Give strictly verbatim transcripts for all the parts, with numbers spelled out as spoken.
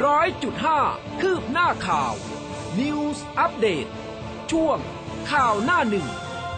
ร้อยจุดห้าคืบหน้าข่าว News Update ช่วงข่าวหน้าหนึ่ง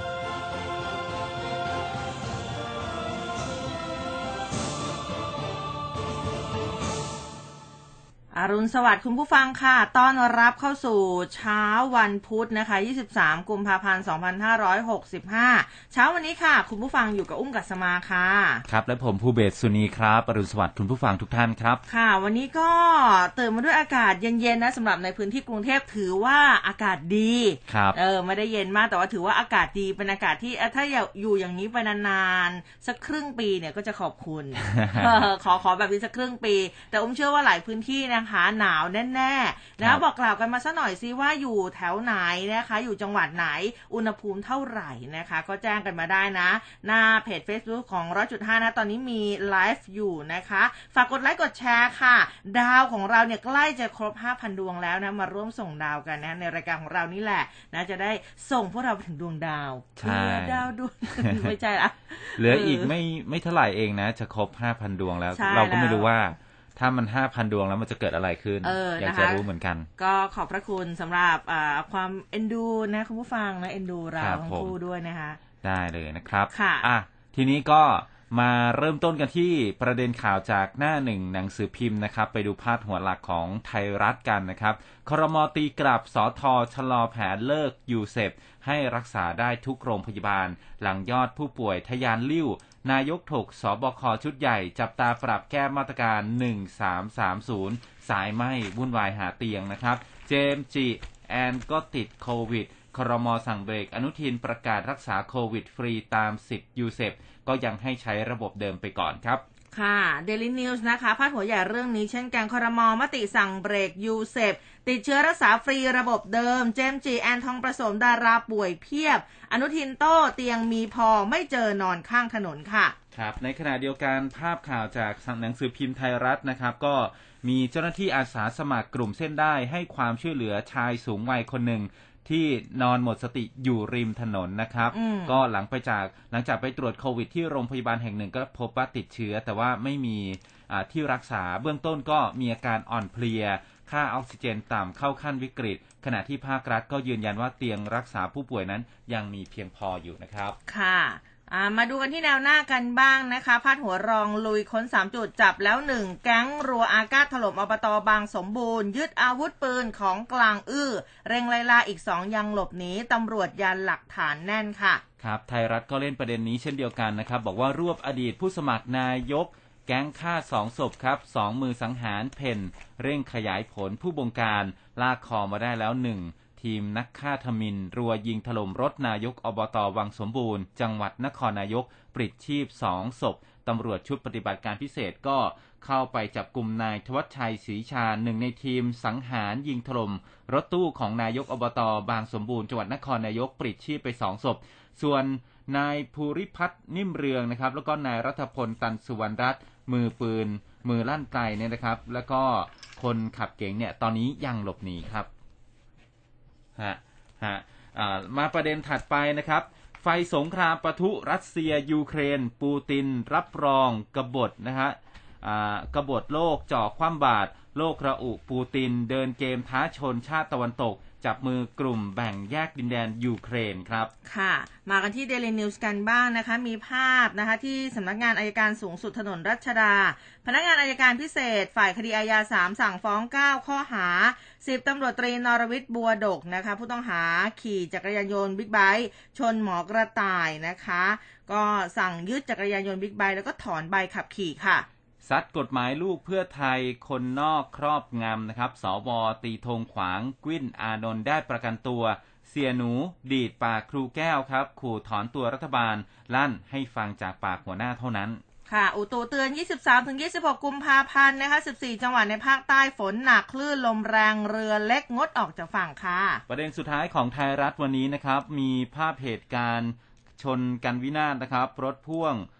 อรุณสวัสดิ์คุณผู้ฟังค่ะต้อนรับเข้าสู่เช้าวันพุธนะคะยี่สิบสามกุมภาพันธ์สองพันห้าร้อยหกสิบห้าเช้าวันนี้ค่ะคุณผู้ฟังอยู่กับอุ้มกัสมาค่ะครับและผมภูเบศสุนีครับอรุณสวัสดิ์คุณผู้ฟังทุกท่านครับค่ะวันนี้ก็ตื่นมาด้วยอากาศเย็นๆนะสำหรับในพื้นที่กรุงเทพถือว่าอากาศดีครับเออไม่ได้เย็นมากแต่ว่าถือว่าอากาศดีเป็นอากาศที่ถ้าอยู่อย่างนี้ไปนานๆสักครึ่งปีเนี่ยก็จะขอบคุณ ขอขอแบบนี้สักครึ่งปีแต่อุ้มเชื่อว่าหลายพื้นที่นะคะหนาวแน่ๆนะบอกกล่าวกันมาสักหน่อยซิว่าอยู่แถวไหนนะคะอยู่จังหวัดไหนอุณหภูมิเท่าไหร่นะคะก็แจ้งกันมาได้นะหน้าเพจ Facebook ของ หนึ่งร้อยจุดห้า นะตอนนี้มีไลฟ์อยู่นะคะฝากกดไลค์กดแชร์ค่ะดาวของเราเนี่ยใกล้จะครบ ห้าพัน ดวงแล้วนะมาร่วมส่งดาวกันนะในรายการของเรานี่แหละนะจะได้ส่งพวกเราไปถึงดวงดาวใช่ดาวดวง ไม่ใช่ละเหลืออีกไม่ไม่เท่าไหร่เองนะจะครบ ห้าพัน ดวงแล้วเราก็ไม่รู้ว่าถ้ามัน ห้าพัน ดวงแล้วมันจะเกิดอะไรขึ้นอ, ออยากจะรู้เหมือนกันก็ขอบพระคุณสำหรับความเอ็นดูนะคุณผู้ฟังนะเอ็นดูเราทั้งคู่ด้วยนะคะได้เลยนะครับค่ะอ่ะทีนี้ก็มาเริ่มต้นกันที่ประเด็นข่าวจากหน้าหนึ่งหนังสือพิมพ์นะครับไปดูพาดหัวหลักของไทยรัฐกันนะครับครม.ตีกลับสท.ชะลอแผนเลิกยูเซปให้รักษาได้ทุกโรงพยาบาลหลังยอดผู้ป่วยทะยานลิ่วนายกถกสบคชุดใหญ่จับตาปรับแก้มาตรการหนึ่งสามสามศูนย์สายไหม้วุ่นวายหาเตียงนะครับเจมส์จิแอนก็ติดโควิดครม.สั่งเบรกอนุทินประกาศรักษาโควิดฟรีตามสิทธิ์ยูเซปก็ยังให้ใช้ระบบเดิมไปก่อนครับค่ะ Daily News นะคะพาดหัวใหญ่เรื่องนี้เช่นกันครม.มติสั่งเบรกยูเซปติดเชื้อรักษาฟรีระบบเดิมเจมส์จีแอนทองประสมดาราป่วยเพียบอนุทินโต้เตียงมีพอไม่เจอนอนข้างถนนค่ะครับในขณะเดียวกันภาพข่าวจากหนังสือพิมพ์ไทยรัฐนะครับก็มีเจ้าหน้าที่อาสาสมัครกลุ่มเส้นได้ให้ความช่วยเหลือชายสูงวัยคนหนึ่งที่นอนหมดสติอยู่ริมถนนนะครับก็หลังไปจากหลังจากไปตรวจโควิดที่โรงพยาบาลแห่งหนึ่งก็พบว่าติดเชื้อแต่ว่าไม่มีที่รักษาเบื้องต้นก็มีอาการอ่อนเพลียค่าออกซิเจนต่ำเข้าขั้นวิกฤตขณะที่ภาครัฐก็ยืนยันว่าเตียงรักษาผู้ป่วยนั้นยังมีเพียงพออยู่นะครับค่ะมาดูกันที่แนวหน้ากันบ้างนะคะพาดหัวรองลุยค้นสามจุดจับแล้วหนึ่งแก๊งรัวอากาศถล่มอบต.บางสมบูรณ์ยึดอาวุธปืนของกลางอื้อเร่งไล่ล่าอีกสองยังหลบหนีตำรวจยันหลักฐานแน่นค่ะครับไทยรัฐก็เล่นประเด็นนี้เช่นเดียวกันนะครับบอกว่ารวบอดีตผู้สมัครนายกแก๊งฆ่าสองศพครับสองมือสังหารเพ่นเร่งขยายผลผู้บงการลากคอมาได้แล้วหนึ่งทีมนักฆ่าทมิฬรัวยิงถล่มรถนายกอบต.วังสมบูรณ์จังหวัดนครนายกปลิดชีพสองศพตำรวจชุดปฏิบัติการพิเศษก็เข้าไปจับกุมนายทวัชชัยศรีชาหนึ่งในทีมสังหารยิงถล่มรถตู้ของนายกอบต.บางสมบูรณ์จังหวัดนครนายกปลิดชีพไปสองศพส่วนนายภูริพัฒน์นิ่มเรืองนะครับแล้วก็นายรัฐพลตันสุวรรณรัตน์มือปืนมือลั่นไกลเนี่ยนะครับแล้วก็คนขับเก๋งเนี่ยตอนนี้ยังหลบหนีครับฮะฮะมาประเด็นถัดไปนะครับไฟสงครามปะทุรัสเซียยูเครนปูตินรับรองกบฏนะฮะกบฏโลกจ่อคว่ำบาตรโลกระอุปูตินเดินเกมท้าชนชาติตะวันตกจับมือกลุ่มแบ่งแยกดินแดนยูเครนครับค่ะมากันที่ Daily News กันบ้างนะคะมีภาพนะคะที่สำนักงานอัยการสูงสุดถนนรัชดาพนักงานอัยการพิเศษฝ่ายคดีอาญาสามสั่งฟ้องเก้าข้อหาสิบตำรวจตรีนรวิทย์บัวดกนะคะผู้ต้องหาขี่จักรยานยนต์บิ๊กไบค์ชนหมอกระต่ายนะคะก็สั่งยึดจักรยานยนต์บิ๊กไบค์แล้วก็ถอนใบขับขี่ค่ะซัดกฎหมายลูกเพื่อไทยคนนอกครอบงำนะครับสวตีธงขวางกวิ้นอานนท์ได้ประกันตัวเสียหนูดีดปากครูแก้วครับขู่ถอนตัวรัฐบาลลั่นให้ฟังจากปากหัวหน้าเท่านั้นค่ะอุตุเตือน ยี่สิบสามถึงยี่สิบหก กุมภาพันธ์นะคะสิบสี่จังหวัดในภาคใต้ฝนหนักคลื่นลมแรงเรือเล็กงดออกจากฝั่งค่ะประเด็นสุดท้ายของไทยรัฐวันนี้นะครับมีภาพเหตุการณ์ชนกันวินาศนะครับรถพ่วง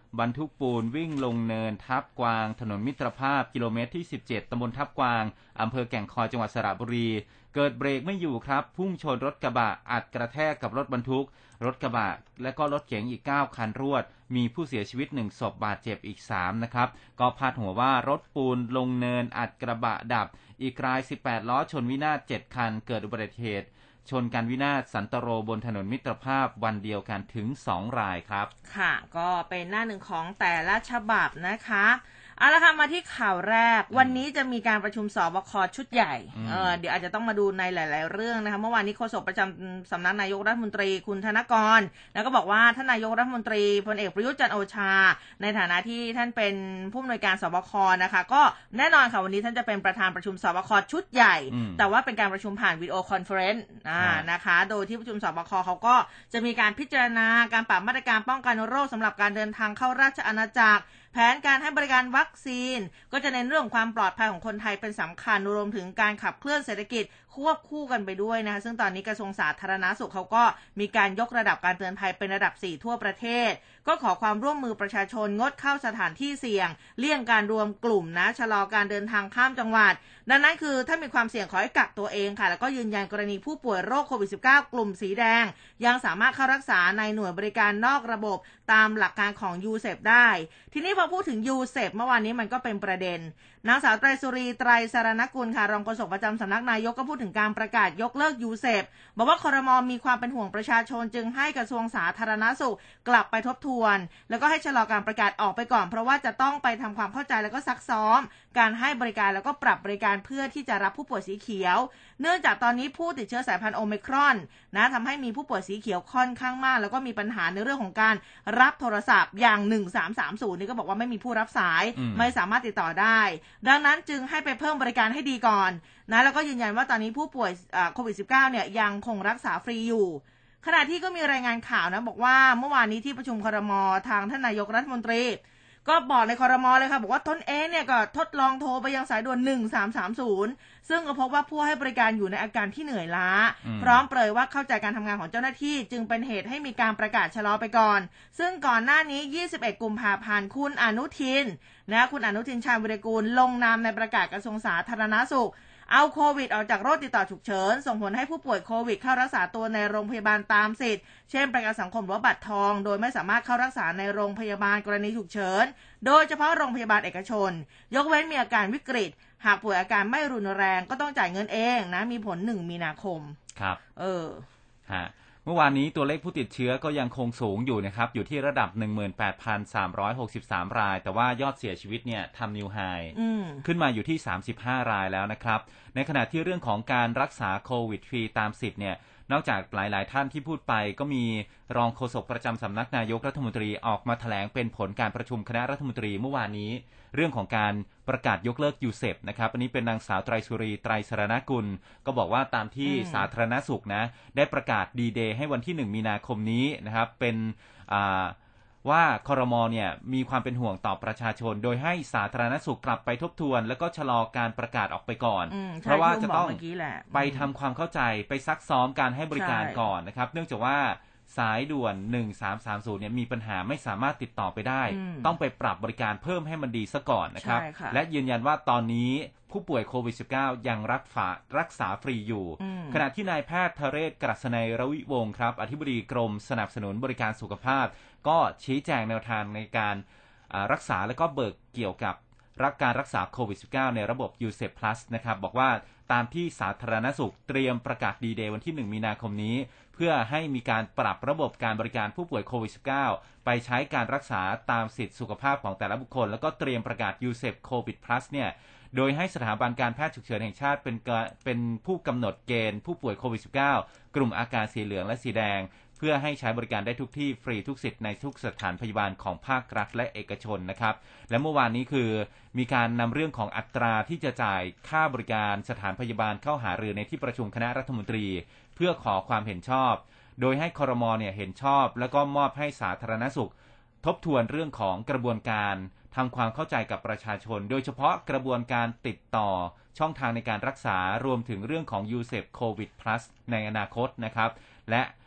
บรรทุกปูนวิ่งลงเนินทับกวางถนนมิตรภาพกิโลเมตรที่สิบเจ็ดตำบลทับกวางอำเภอแก่งคอยจังหวัดสระบุรีเกิดเบรกไม่อยู่ครับพุ่งชนรถกระบะอัดกระแทกกับรถบรรทุกรถกระบะและก็รถเก๋งอีกเก้าคันรวดมีผู้เสียชีวิตหนึ่งศพบาดเจ็บอีกสามนะครับก็พาดหัวว่ารถปูนลงเนินอัดกระบะดับอีกรายสิบแปดล้อชนวินาศเจ็ดคันเกิดอุบัติเหตุชนกันวินาศสันตโรบนถนนมิตรภาพวันเดียวกันถึงสองรายครับค่ะก็เป็นหน้าหนึ่งของแต่ละฉบับนะคะเอาละค่ะมาที่ข่าวแรกวันนี้จะมีการประชุมสบคชุดใหญ่เออเดี๋ยวอาจจะต้องมาดูในหลายๆเรื่องนะคะเมื่อวานนี้โฆษกประจำสำนักนายกรัฐมนตรีคุณธนกรแล้วก็บอกว่าท่านนายกรัฐมนตรีพลเอกประยุทธ์จันทร์โอชาในฐานะที่ท่านเป็นผู้อำนวยการสบคนะคะก็แน่นอนค่ะวันนี้ท่านจะเป็นประธานประชุมสบคชุดใหญ่แต่ว่าเป็นการประชุมผ่านวิดีโอคอนเฟอเรนซ์นะคะโดยที่ประชุมสบคเขาก็จะมีการพิจารณาการปรับมาตรการป้องกันโรคสำหรับการเดินทางเข้าราชอาณาจักรแผนการให้บริการวัคซีนก็จะเน้นเรื่องความปลอดภัยของคนไทยเป็นสำคัญรวมถึงการขับเคลื่อนเศรษฐกิจควบคู่กันไปด้วยนะคะซึ่งตอนนี้กระทรวงสาธารณสุขเขาก็มีการยกระดับการเตือนภัยเป็นระดับสี่ทั่วประเทศก็ขอความร่วมมือประชาชนงดเข้าสถานที่เสี่ยงเลี่ยงการรวมกลุ่มนะชะลอการเดินทางข้ามจังหวัดดังนั้นคือถ้ามีความเสี่ยงขอให้กักตัวเองค่ะแล้วก็ยืนยันกรณีผู้ป่วยโรคโควิด สิบเก้า กลุ่มสีแดงยังสามารถเข้ารักษาในหน่วยบริการนอกระบบตามหลักการของ ยู เซป ได้ทีนี้พอพูดถึง ยู เซป เมื่อวานนี้มันก็เป็นประเด็นนางสาวไตรสุรีไตรสรณกุลค่ะรองโฆษกประจำสำนักนายกก็พูดถึงการประกาศยกเลิก ยู เซป บอกว่าครม.มีความเป็นห่วงประชาชนจึงให้กระทรวงสาธารณสุขกลับไปทบทวนแล้วก็ให้ชะลอการประกาศออกไปก่อนเพราะว่าจะต้องไปทำความเข้าใจแล้วก็ซักซ้อมการให้บริการแล้วก็ปรับบริการเพื่อที่จะรับผู้ป่วยสีเขียวเนื่องจากตอนนี้ผู้ติดเชื้อสายพันธุ์โอไมครอนนะทำให้มีผู้ป่วยสีเขียวค่อนข้างมากแล้วก็มีปัญหาในเรื่องของการรับโทรศัพท์อย่างหนึ่งสามสามศูนย์นี่ก็บอกว่าไม่มีผู้รับสายไม่สามารถติดต่อได้ดังนั้นจึงให้ไปเพิ่มบริการให้ดีก่อนนะแล้วก็ยืนยันว่าตอนนี้ผู้ป่วยโควิด สิบเก้า เนี่ยยังคงรักษาฟรีอยู่ขณะที่ก็มีรายงานข่าวนะบอกว่าเมื่อวานนี้ที่ประชุมครม.ทางท่านนายกรัฐมนตรีก็บอกในครม.เลยค่ะบอกว่าตนเองเนี่ยก็ทดลองโทรไปยังสายด่วนหนึ่งสามสามศูนย์ซึ่งก็พบว่าผู้ให้บริการอยู่ในอาการที่เหนื่อยล้าพร้อมเปรยว่าเข้าใจการทำงานของเจ้าหน้าที่จึงเป็นเหตุให้มีการประกาศชะลอไปก่อนซึ่งก่อนหน้านี้ยี่สิบเอ็ดกุมภาพันธ์คุณอนุทินนะคุณอนุทินชาญวิรากูลลงนามในประกาศกระทรวงสาธารณสุขเอาโควิดออกจากโรคติดต่อฉุกเฉินส่งผลให้ผู้ป่วยโควิดเข้ารักษาตัวในโรงพยาบาลตามสิทธิ์เช่นประกันสังคมหรือว่าบัตรทองโดยไม่สามารถเข้ารักษาในโรงพยาบาลกรณีฉุกเฉินโดยเฉพาะโรงพยาบาลเอกชนยกเว้นมีอาการวิกฤตหากป่วยอาการไม่รุนแรงก็ต้องจ่ายเงินเองนะมีผลหนึ่งมีนาคมครับเออฮะเมื่อวานนี้ตัวเลขผู้ติดเชื้อก็ยังคงสูงอยู่นะครับอยู่ที่ระดับ หนึ่งหมื่นแปดพันสามร้อยหกสิบสาม รายแต่ว่ายอดเสียชีวิตเนี่ยทำนิวไฮขึ้นมาอยู่ที่สามสิบห้ารายแล้วนะครับในขณะที่เรื่องของการรักษาโควิดฟรีตามสิทธิ์เนี่ยนอกจากหลายๆท่านที่พูดไปก็มีรองโฆษกประจำสำนักนายกรัฐมนตรีออกมาแถลงเป็นผลการประชุมคณะรัฐมนตรีเมื่อวานนี้เรื่องของการประกาศยกเลิก ยู เซป นะครับอันนี้เป็นนางสาวไตรสุรีไตรสรณกุลก็บอกว่าตามที่สาธารณสุขนะได้ประกาศดีเดย์ให้วันที่หนึ่งมีนาคมนี้นะครับเป็นอ่าว่าครม.เนี่ยมีความเป็นห่วงต่อประชาชนโดยให้สาธารณสุขกลับไปทบทวนแล้วก็ชะลอการประกาศออกไปก่อนเพราะว่าจะต้องไปทำความเข้าใจไปซักซ้อมการให้บริการก่อนนะครับเนื่องจากว่าสายด่วนหนึ่งสามสามศูนย์เนี่ยมีปัญหาไม่สามารถติดต่อไปได้ต้องไปปรับบริการเพิ่มให้มันดีซะก่อนนะครับและยืนยันว่าตอนนี้ผู้ป่วยโควิด สิบเก้า ยังรักษารักษาฟรีอยู่ขณะที่นายแพทย์ทเรศ กฤษณัย รวิวงศ์ครับอธิบดีกรมสนับสนุนบริการสุขภาพก็ชี้แจงแนวทางในการรักษาและก็เบิกเกี่ยวกับรักการรักษาโควิด สิบเก้า ในระบบ ยู เซป Plus นะครับบอกว่าตามที่สาธารณสุขเตรียมประกาศดีเดย์วันที่หนึ่งมีนาคมนี้เพื่อให้มีการปรับระบบการบริการผู้ป่วยโควิด สิบเก้า ไปใช้การรักษาตามสิทธิสุขภาพของแต่ละบุคคลแล้วก็เตรียมประกาศ ยู เซป Covid Plus เนี่ยโดยให้สถาบันการแพทย์ฉุกเฉินแห่งชาติเป็นเป็นผู้กำหนดเกณฑ์ผู้ป่วยโควิด สิบเก้า กลุ่มอาการสีเหลืองและสีแดงเพื่อให้ใช้บริการได้ทุกที่ฟรีทุกสิทธิ์ในทุกสถานพยาบาลของภาครัฐและเอกชนนะครับและเมื่อวานนี้คือมีการนำเรื่องของอัตราที่จะจ่ายค่าบริการสถานพยาบาลเข้าหารือในที่ประชุมคณะรัฐมนตรีเพื่อขอความเห็นชอบโดยให้ครม.เนี่ยเห็นชอบแล้วก็มอบให้สาธารณสุขทบทวนเรื่องของกระบวนการทำความเข้าใจกับประชาชนโดยเฉพาะกระบวนการติดต่อช่องทางในการรักษารวมถึงเรื่องของ ยู เซป Covid Plus ในอนาคตนะครับและ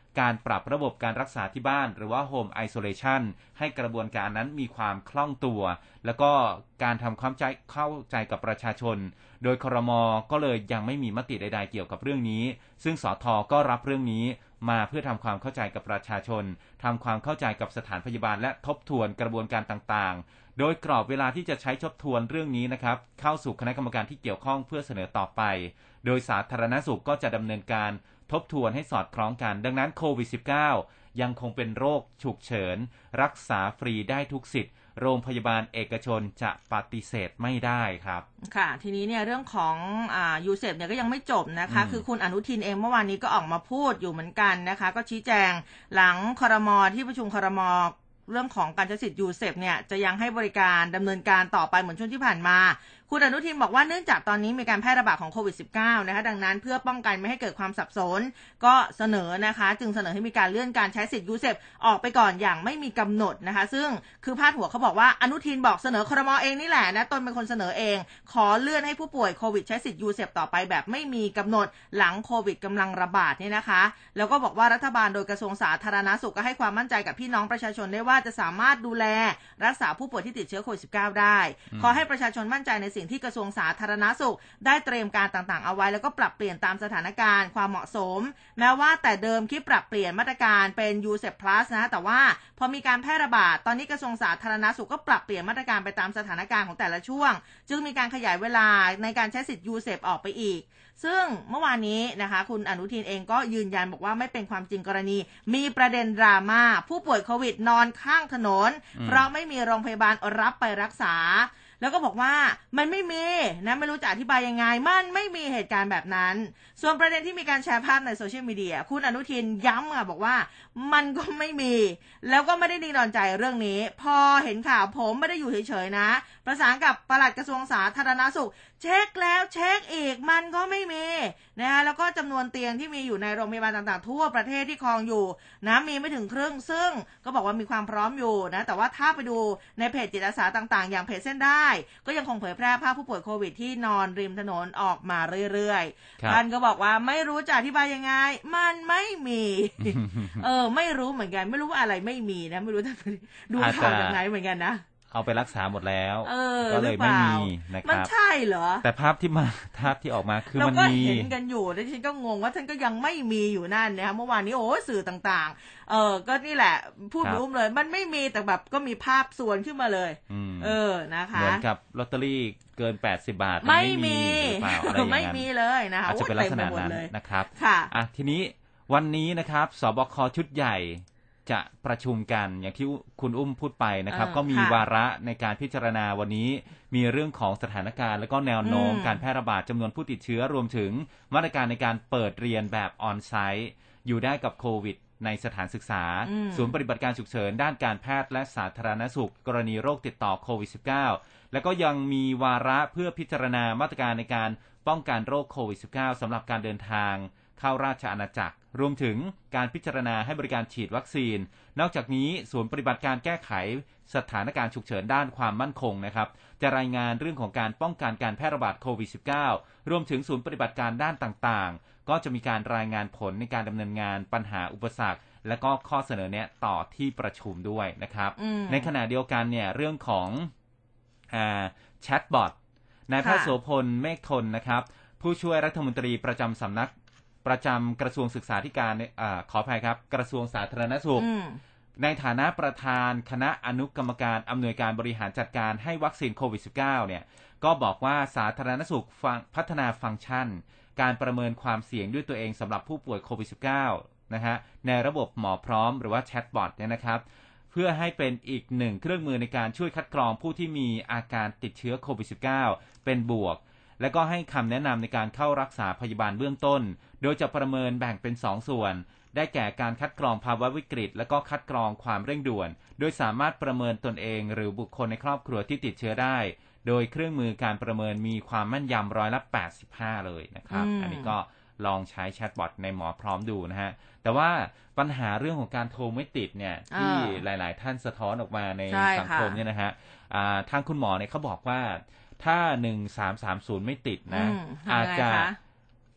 การปรับระบบการรักษาที่บ้านหรือว่า Home Isolation ให้กระบวนการนั้นมีความคล่องตัวแล้วก็การทำความใจเข้าใจกับประชาชนโดยครม.ก็เลยยังไม่มีมติใดๆเกี่ยวกับเรื่องนี้ซึ่งสท.ก็รับเรื่องนี้มาเพื่อทำความเข้าใจกับประชาชนทำความเข้าใจกับสถานพยาบาลและทบทวนกระบวนการต่างๆโดยกรอบเวลาที่จะใช้ทบทวนเรื่องนี้นะครับเข้าสู่คณะกรรมการที่เกี่ยวข้องเพื่อเสนอต่อไปโดยสาธารณสุขก็จะดำเนินการทบทวนให้สอดคล้องกันดังนั้นโควิด สิบเก้า ยังคงเป็นโรคฉุกเฉินรักษาฟรีได้ทุกสิทธิ์โรงพยาบาลเอกชนจะปฏิเสธไม่ได้ครับค่ะทีนี้เนี่ยเรื่องของอ่ายูเซฟเนี่ยก็ยังไม่จบนะคะคือคุณอนุทินเองเมื่อวานนี้ก็ออกมาพูดอยู่เหมือนกันนะคะก็ชี้แจงหลังครม.ที่ประชุมครม.เรื่องของการใช้สิทธิ์ยูเซฟเนี่ยจะยังให้บริการดำเนินการต่อไปเหมือนช่วงที่ผ่านมาคุณอนุทินบอกว่าเนื่องจากตอนนี้มีการแพร่ระบาดของโควิด สิบเก้า นะคะดังนั้นเพื่อป้องกันไม่ให้เกิดความสับสนก็เสนอนะคะจึงเสนอให้มีการเลื่อนการใช้สิทธิ์ยูเซฟออกไปก่อนอย่างไม่มีกำหนดนะคะซึ่งคือพาดหัวเขาบอกว่าอนุทินบอกเสนอครม.เองนี่แหละนะตนเป็นคนเสนอเองขอเลื่อนให้ผู้ป่วยโควิดใช้สิทธิ์ยูเซฟต่อไปแบบไม่มีกำหนดหลังโควิดกำลังระบาดนี่นะคะแล้วก็บอกว่ารัฐบาลโดยกระทรวงสาธารณสุขก็ให้ความมั่นใจกับพี่น้องประชาชนได้ว่าจะสามารถดูแลรักษาผู้ป่วยที่ติดเชื้อโควิด สิบเก้า ได้ขอให้ประชาชนมั่นใจในสิ่งที่กระทรวงสาธารณสุขได้เตรียมการต่างๆเอาไว้แล้วก็ปรับเปลี่ยนตามสถานการณ์ความเหมาะสมแม้ว่าแต่เดิมคิดปรับเปลี่ยนมาตรการเป็น ยู เซฟ Plus นะแต่ว่าพอมีการแพร่ระบาดตอนนี้กระทรวงสาธารณสุขก็ปรับเปลี่ยนมาตรการไปตามสถานการณ์ของแต่ละช่วงจึงมีการขยายเวลาในการใช้สิทธิ์ ยู เซฟ ออกไปอีกซึ่งเมื่อวานนี้นะคะคุณอนุทินเองก็ยืนยันบอกว่าไม่เป็นความจริงกรณีมีประเด็นดราม่าผู้ป่วยโควิดนอนข้างถนนเพราะไม่มีโรงพยาบาลรับไปรักษาแล้วก็บอกว่ามันไม่มีนะไม่รู้จะอธิบายยังไงมันไม่มีเหตุการณ์แบบนั้นส่วนประเด็นที่มีการแชร์ภาพในโซเชียลมีเดียคุณอนุทินย้ำอ่ะบอกว่ามันก็ไม่มีแล้วก็ไม่ได้นิ่งนอนใจเรื่องนี้พอเห็นข่าวผมไม่ได้อยู่เฉยๆนะประสานกับปลัดกระทรวงสาธารณสุขเช็คแล้วเช็คอีกมันก็ไม่มีนะแล้วก็จำนวนเตียงที่มีอยู่ในโรงพยาบาลต่างๆทั่วประเทศที่ครองอยู่นะมีไม่ถึงครึ่งซึ่งก็บอกว่ามีความพร้อมอยู่นะแต่ว่าถ้าไปดูในเพจจิตอาสาต่างๆอย่างเพจเส้นได้ก็ยังคงเผยแพร่ภาพผู้ป่วยโควิดที่นอนริมถนนออกมาเรื่อยๆท่านก็บอกว่าไม่รู้จะอธิบายยังไงมันไม่มี เออไม่รู้เหมือนกันไม่รู้ว่าอะไรไม่มีนะไม่รู้จะดูข่าวยังไงเหมือนกันนะเอาไปรักษาหมดแล้วก็เลยไม่มีนะครับมันใช่เหรอแต่ภาพที่มาภาพที่ออกมาคือมันมีเราก็เห็นกันอยู่แล้วฉันก็งงว่าท่านก็ยังไม่มีอยู่นั่นนะคะเมื่อวานนี้โอ้สื่อต่างๆเออก็นี่แหละพูดรู้เลยมันไม่มีแต่แบบก็มีภาพส่วนขึ้นมาเลยเออนะคะเหมือนกับลอตเตอรี่เกินแปดสิบบาทไม่มีหรือเปล่าอะไรอย่างนั้นไม่มีเลยนะคะอาจจะเป็นลักษณะนั้นนะครับค่ะอ่ะทีนี้วันนี้นะครับสบคชุดใหญ่จะประชุมกันอย่างที่คุณอุ้มพูดไปนะครับก็มีวาระในการพิจารณาวันนี้มีเรื่องของสถานการณ์และก็แนวโน้มการแพร่ระบาดจำนวนผู้ติดเชื้อรวมถึงมาตรการในการเปิดเรียนแบบออนไซต์อยู่ได้กับโควิดในสถานศึกษาศูนย์ปฏิบัติการฉุกเฉินด้านการแพทย์และสาธารณสุขกรณีโรคติดต่อโควิด สิบเก้า แล้วก็ยังมีวาระเพื่อพิจารณามาตรการในการป้องกันโรคโควิด สิบเก้า สำหรับการเดินทางเข้าราชอาณาจักรรวมถึงการพิจารณาให้บริการฉีดวัคซีนนอกจากนี้ศูนย์ปฏิบัติการแก้ไขสถานการณ์ฉุกเฉินด้านความมั่นคงนะครับจะรายงานเรื่องของการป้องกันการแพร่ระบาดโควิด สิบเก้า รวมถึงศูนย์ปฏิบัติการด้านต่างๆก็จะมีการรายงานผลในการดำเนินงานปัญหาอุปสรรคและก็ข้อเสนอแนะต่อที่ประชุมด้วยนะครับในขณะเดียวกันเนี่ยเรื่องของอ่าแชทบอทนายแพทย์โสพลเมฆทนนะครับผู้ช่วยรัฐมนตรีประจำสำนักประจำกระทรวงศึกษาธิการอขออภัยครับกระทรวงสาธารณสุขในฐานะประธานคณะอนุกรรมการอำนวยการบริหารจัดการให้วัคซีนโควิด สิบเก้า เนี่ยก็บอกว่าสาธารณสุขพัฒนาฟังก์ชันการประเมินความเสี่ยงด้วยตัวเองสำหรับผู้ป่วยโควิด สิบเก้า นะฮะในระบบหมอพร้อมหรือว่าแชทบอทเนี่ยนะครับเพื่อให้เป็นอีกหนึ่งเครื่องมือในการช่วยคัดกรองผู้ที่มีอาการติดเชื้อโควิด สิบเก้า เป็นบวกและก็ให้คำแนะนำในการเข้ารักษาพยาบาลเบื้องต้นโดยจะประเมินแบ่งเป็นสองส่วนได้แก่การคัดกรองภาวะวิกฤตและก็คัดกรองความเร่งด่วนโดยสามารถประเมินตนเองหรือบุคคลในครอบครัวที่ติดเชื้อได้โดยเครื่องมือการประเมินมีความแม่นยำร้อยละแปดสิบห้าเลยนะครับ อ, อันนี้ก็ลองใช้แชทบอทในหมอพร้อมดูนะฮะแต่ว่าปัญหาเรื่องของการโทรไม่ติดเนี่ยที่หลายๆท่านสะท้อนออกมาในสังคมเนี่ยนะฮะทางคุณหมอเนี่ยเขาบอกว่าถ้าหนึ่งสามสามศูนย์ไม่ติดนะอาจจะ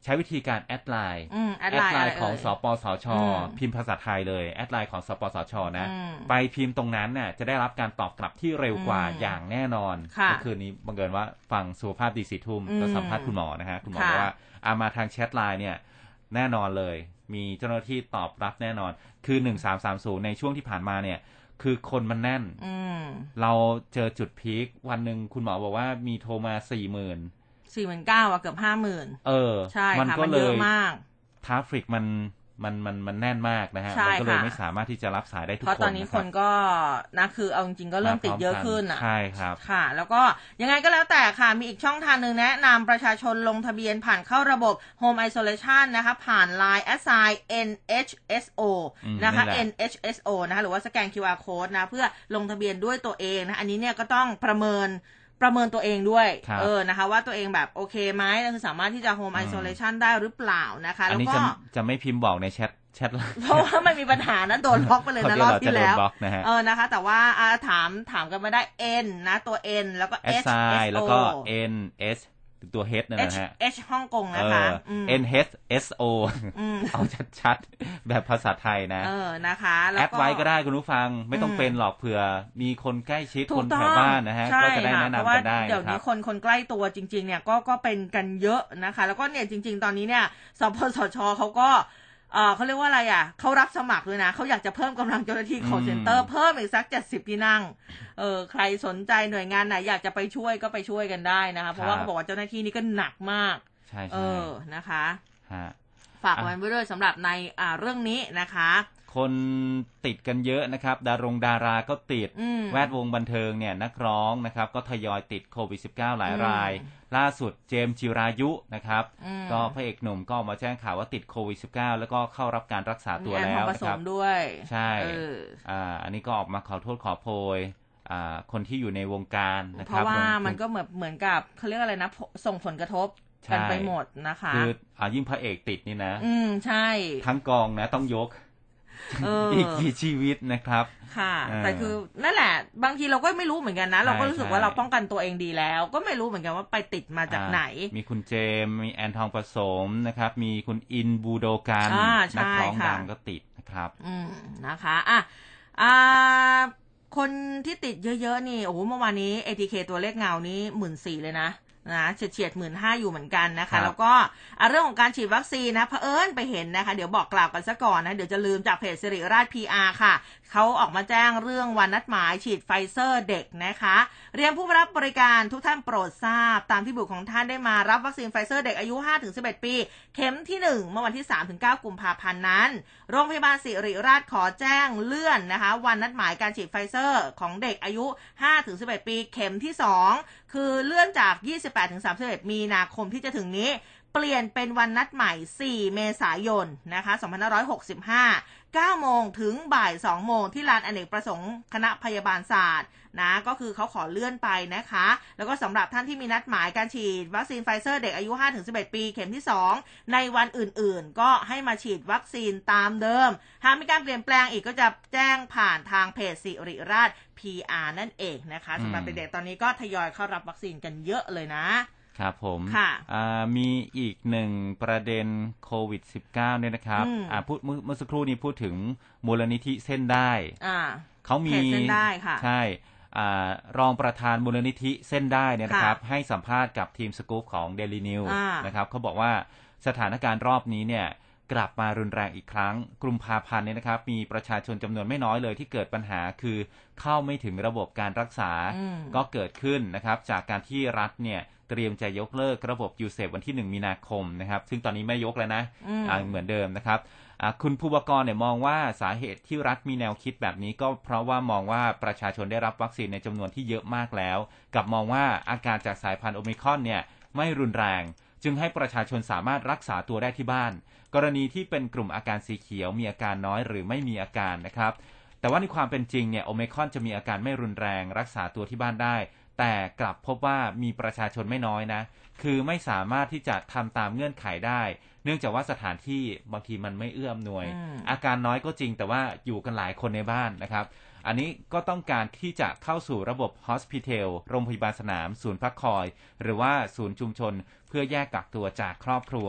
ใช้วิธีการแอดไลน์แอดไลน์ของสปสชพิมพ์ภาษาไทยเลยแอดไลน์ของสปสชนะไปพิมพ์ตรงนั้นเนี่ยจะได้รับการตอบกลับที่เร็วกว่าอย่างแน่นอนเมื่อคืนนี้บังเอิญว่าฟังสุขภาพดีสี่ทุ่มก็สัมภาษณ์คุณหมอนะฮะคุณหมอบอกว่าอามาทางแชทไลน์เนี่ยแน่นอนเลยมีเจ้าหน้าที่ตอบรับแน่นอนคือหนึ่งสามสามศูนย์ในช่วงที่ผ่านมาเนี่ยคือคนมันแน่นเราเจอจุดพีควันหนึ่งคุณหมอบอกว่ามีโทรมาสี่หมื่นสี่หมื่นเก้าอะเกือบห้าหมื่นเออใช่ค่ะมันเยอะมากทราฟฟิกมันมันมันมันแน่นมากนะฮะมันก็เลยไม่สามารถที่จะรับสายได้ทุกคนเพราะตอนนี้คนก็นะคือเอาจริงๆก็เริ่มติดเยอะขึ้นอ่ะใช่ครับค่ะแล้วก็ยังไงก็แล้วแต่ค่ะมีอีกช่องทางนึงแนะนำประชาชนลงทะเบียนผ่านเข้าระบบ Home Isolation นะคะผ่าน ไลน์ แอท ไซน์ เอ็น เอช เอส โอ นะคะ เอ็น เอช เอส โอ นะคะหรือว่าสแกน คิว อาร์ Code นะเพื่อลงทะเบียนด้วยตัวเองนะอันนี้เนี่ยก็ต้องประเมินประเมินตัวเองด้วยเออนะคะว่าตัวเองแบบโอเคไหมคือสามารถที่จะ Home Isolation ได้หรือเปล่านะคะแล้วก็จะจะไม่พิมพ์บอกในแชทแชทเพราะว่ามันมีปัญหานะโดนบล็อกไปเลยนะรอบที่แล้วเออนะคะแต่ว่าถามถามกันมาได้ N นะตัว N แล้วก็ H แล้วก็ N S ตัว H นั่นนะฮะ H ฮ่องกงนะคะ N H S O เอาชัดๆแบบภาษาไทยนะเออนะคะแอดไว้ก็ได้คุณผู้ฟังไม่ต้องเป็นหรอกเผื่อมีคนใกล้ชิดคนแถวบ้านนะฮะก็จะได้แนะนำกันได้เดี๋ยวนี้คนคนใกล้ตัวจริงๆเนี่ยก็ก็เป็นกันเยอะนะคะแล้วก็เนี่ยจริงๆตอนนี้เนี่ยสปสชเขาก็เออเขาเรียกว่าอะไรอ่ะเขารับสมัครด้วยนะเขาอยากจะเพิ่มกำลังเจ้าหน้าที่ call center เพิ่มอีกสักเจ็ดสิบที่นั่งเออใครสนใจหน่วยงานไหนอยากจะไปช่วยก็ไปช่วยกันได้นะคะเพราะว่าเขาบอกว่าเจ้าหน้าที่นี่ก็หนักมากใช่เออนะคะฝากไว้ด้วยสำหรับในอ่าเรื่องนี้นะคะคนติดกันเยอะนะครับดารงดาราก็ติดแวดวงบันเทิงเนี่ยนักร้องนะครับก็ทยอยติดโควิด สิบเก้า หลายรายล่าสุดเจมส์จิรายุนะครับก็พระเอกหนุ่มก็มาแจ้งข่าวว่าติดโควิด สิบเก้า แล้วก็เข้ารับการรักษาตัวแล้วนะครับด้วยใช่อ่าอันนี้ก็ออกมาขอโทษขอโพยอ่าคนที่อยู่ในวงการนะครับเพราะว่ามันก็เหมือนเหมือนกับเขาเรียกอะไรนะส่งผลกระทบกันไปหมดนะคะคืออ่ายิ่งพระเอกติดนี่นะอืมใช่ทั้งกองนะต้องยกอีกกี่ชีวิตนะครับค่ะแต่คือนั่นแหละบางทีเราก็ไม่รู้เหมือนกันนะเราก็รู้สึกว่าเราป้องกันตัวเองดีแล้วก็ไม่รู้เหมือนกันว่าไปติดมาจากไหนมีคุณเจมมีแอนทองผสมนะครับมีคุณอินบูโดกันนักร้องดังก็ติดนะครับอืมนะคะอ่ะอ่าคนที่ติดเยอะๆนี่โอ้โหเมื่อวานนี้ เอ ที เค ตัวเลขเงานี้ หนึ่งหมื่นสี่พัน เลยนะนะเฉียดเฉียดหมื่นห้าอยู่เหมือนกันนะคะแล้วก็เรื่องของการฉีดวัคซีนนะเผอิญไปเห็นนะคะเดี๋ยวบอกกล่าวกันซะก่อนนะเดี๋ยวจะลืมจากเพจสิริราช พี อาร์ ค่ะเขาออกมาแจ้งเรื่องวันนัดหมายฉีดไฟเซอร์เด็กนะคะเรียนผู้รับบริการทุกท่านโปรดทราบตามที่บุตรของท่านได้มารับวัคซีนไฟเซอร์เด็กอายุ ห้าถึงสิบเอ็ด ปีเข็มที่หนึ่งเมื่อวันที่ สามถึงเก้า กุมภาพันธ์นั้นโรงพยาบาลสิริราชขอแจ้งเลื่อนนะคะวันนัดหมายการฉีดไฟเซอร์ของเด็กอายุ ห้าถึงสิบเอ็ด ปีเข็มที่สองคือเลื่อนจาก ยี่สิบแปดถึงสามสิบเอ็ด มีนาคมที่จะถึงนี้เปลี่ยนเป็นวันนัดใหม่ สี่ เมษายนนะคะสองพันห้าร้อยหกสิบห้า เก้าโมงถึงบ่าย สองโมงที่ลานอเนกประสงค์คณะพยาบาลศาสตร์นะก็คือเขาขอเลื่อนไปนะคะแล้วก็สำหรับท่านที่มีนัดหมายการฉีดวัคซีนไฟเซอร์เด็กอายุ ห้าถึงสิบเอ็ด ปีเข็มที่สองในวันอื่นๆก็ให้มาฉีดวัคซีนตามเดิมหากมีการเปลี่ยนแปลงอีกก็จะแจ้งผ่านทางเพจสิริราช พี อาร์ นั่นเองนะคะสำหรับเด็กๆตอนนี้ก็ทยอยเข้ารับวัคซีนกันเยอะเลยนะครับผมมีอีกหนึ่งประเด็นโควิด สิบเก้า เนี่ยนะครับพูดเมื่อสักครู่นี้พูดถึงมูลนิธิเส้นได้เขามีเส้นได้ค่ะใช่รองประธานมูลนิธิเส้นได้เนี่ยนะครับให้สัมภาษณ์กับทีมสกู๊ปของ Daily News นะครับเขาบอกว่าสถานการณ์รอบนี้เนี่ยกลับมารุนแรงอีกครั้งกุมภาพันธ์เนี่ยนะครับมีประชาชนจำนวนไม่น้อยเลยที่เกิดปัญหาคือเข้าไม่ถึงระบบการรักษาก็เกิดขึ้นนะครับจากการที่รัฐเนี่ยเตรียมจะยกเลิกระบบยูเซฟวันที่หนึ่งมีนาคมนะครับซึ่งตอนนี้ไม่ยกแล้วนะเหมือนเดิมนะครับคุณภูวกรเนี่ยมองว่าสาเหตุที่รัฐมีแนวคิดแบบนี้ก็เพราะว่ามองว่าประชาชนได้รับวัคซีนในจำนวนที่เยอะมากแล้วกับมองว่าอาการจากสายพันธุ์โอมิครอนเนี่ยไม่รุนแรงจึงให้ประชาชนสามารถรักษาตัวได้ที่บ้านกรณีที่เป็นกลุ่มอาการสีเขียวมีอาการน้อยหรือไม่มีอาการนะครับแต่ว่าในความเป็นจริงเนี่ยโอมิครอนจะมีอาการไม่รุนแรงรักษาตัวที่บ้านได้แต่กลับพบว่ามีประชาชนไม่น้อยนะคือไม่สามารถที่จะทำตามเงื่อนไขได้เนื่องจากว่าสถานที่บางทีมันไม่เอื้ออำนวยอาการน้อยก็จริงแต่ว่าอยู่กันหลายคนในบ้านนะครับอันนี้ก็ต้องการที่จะเข้าสู่ระบบ Hospital โรงพยาบาลสนามศูนย์พักคอยหรือว่าศูนย์ชุมชนเพื่อแยกกักตัวจากครอบครัว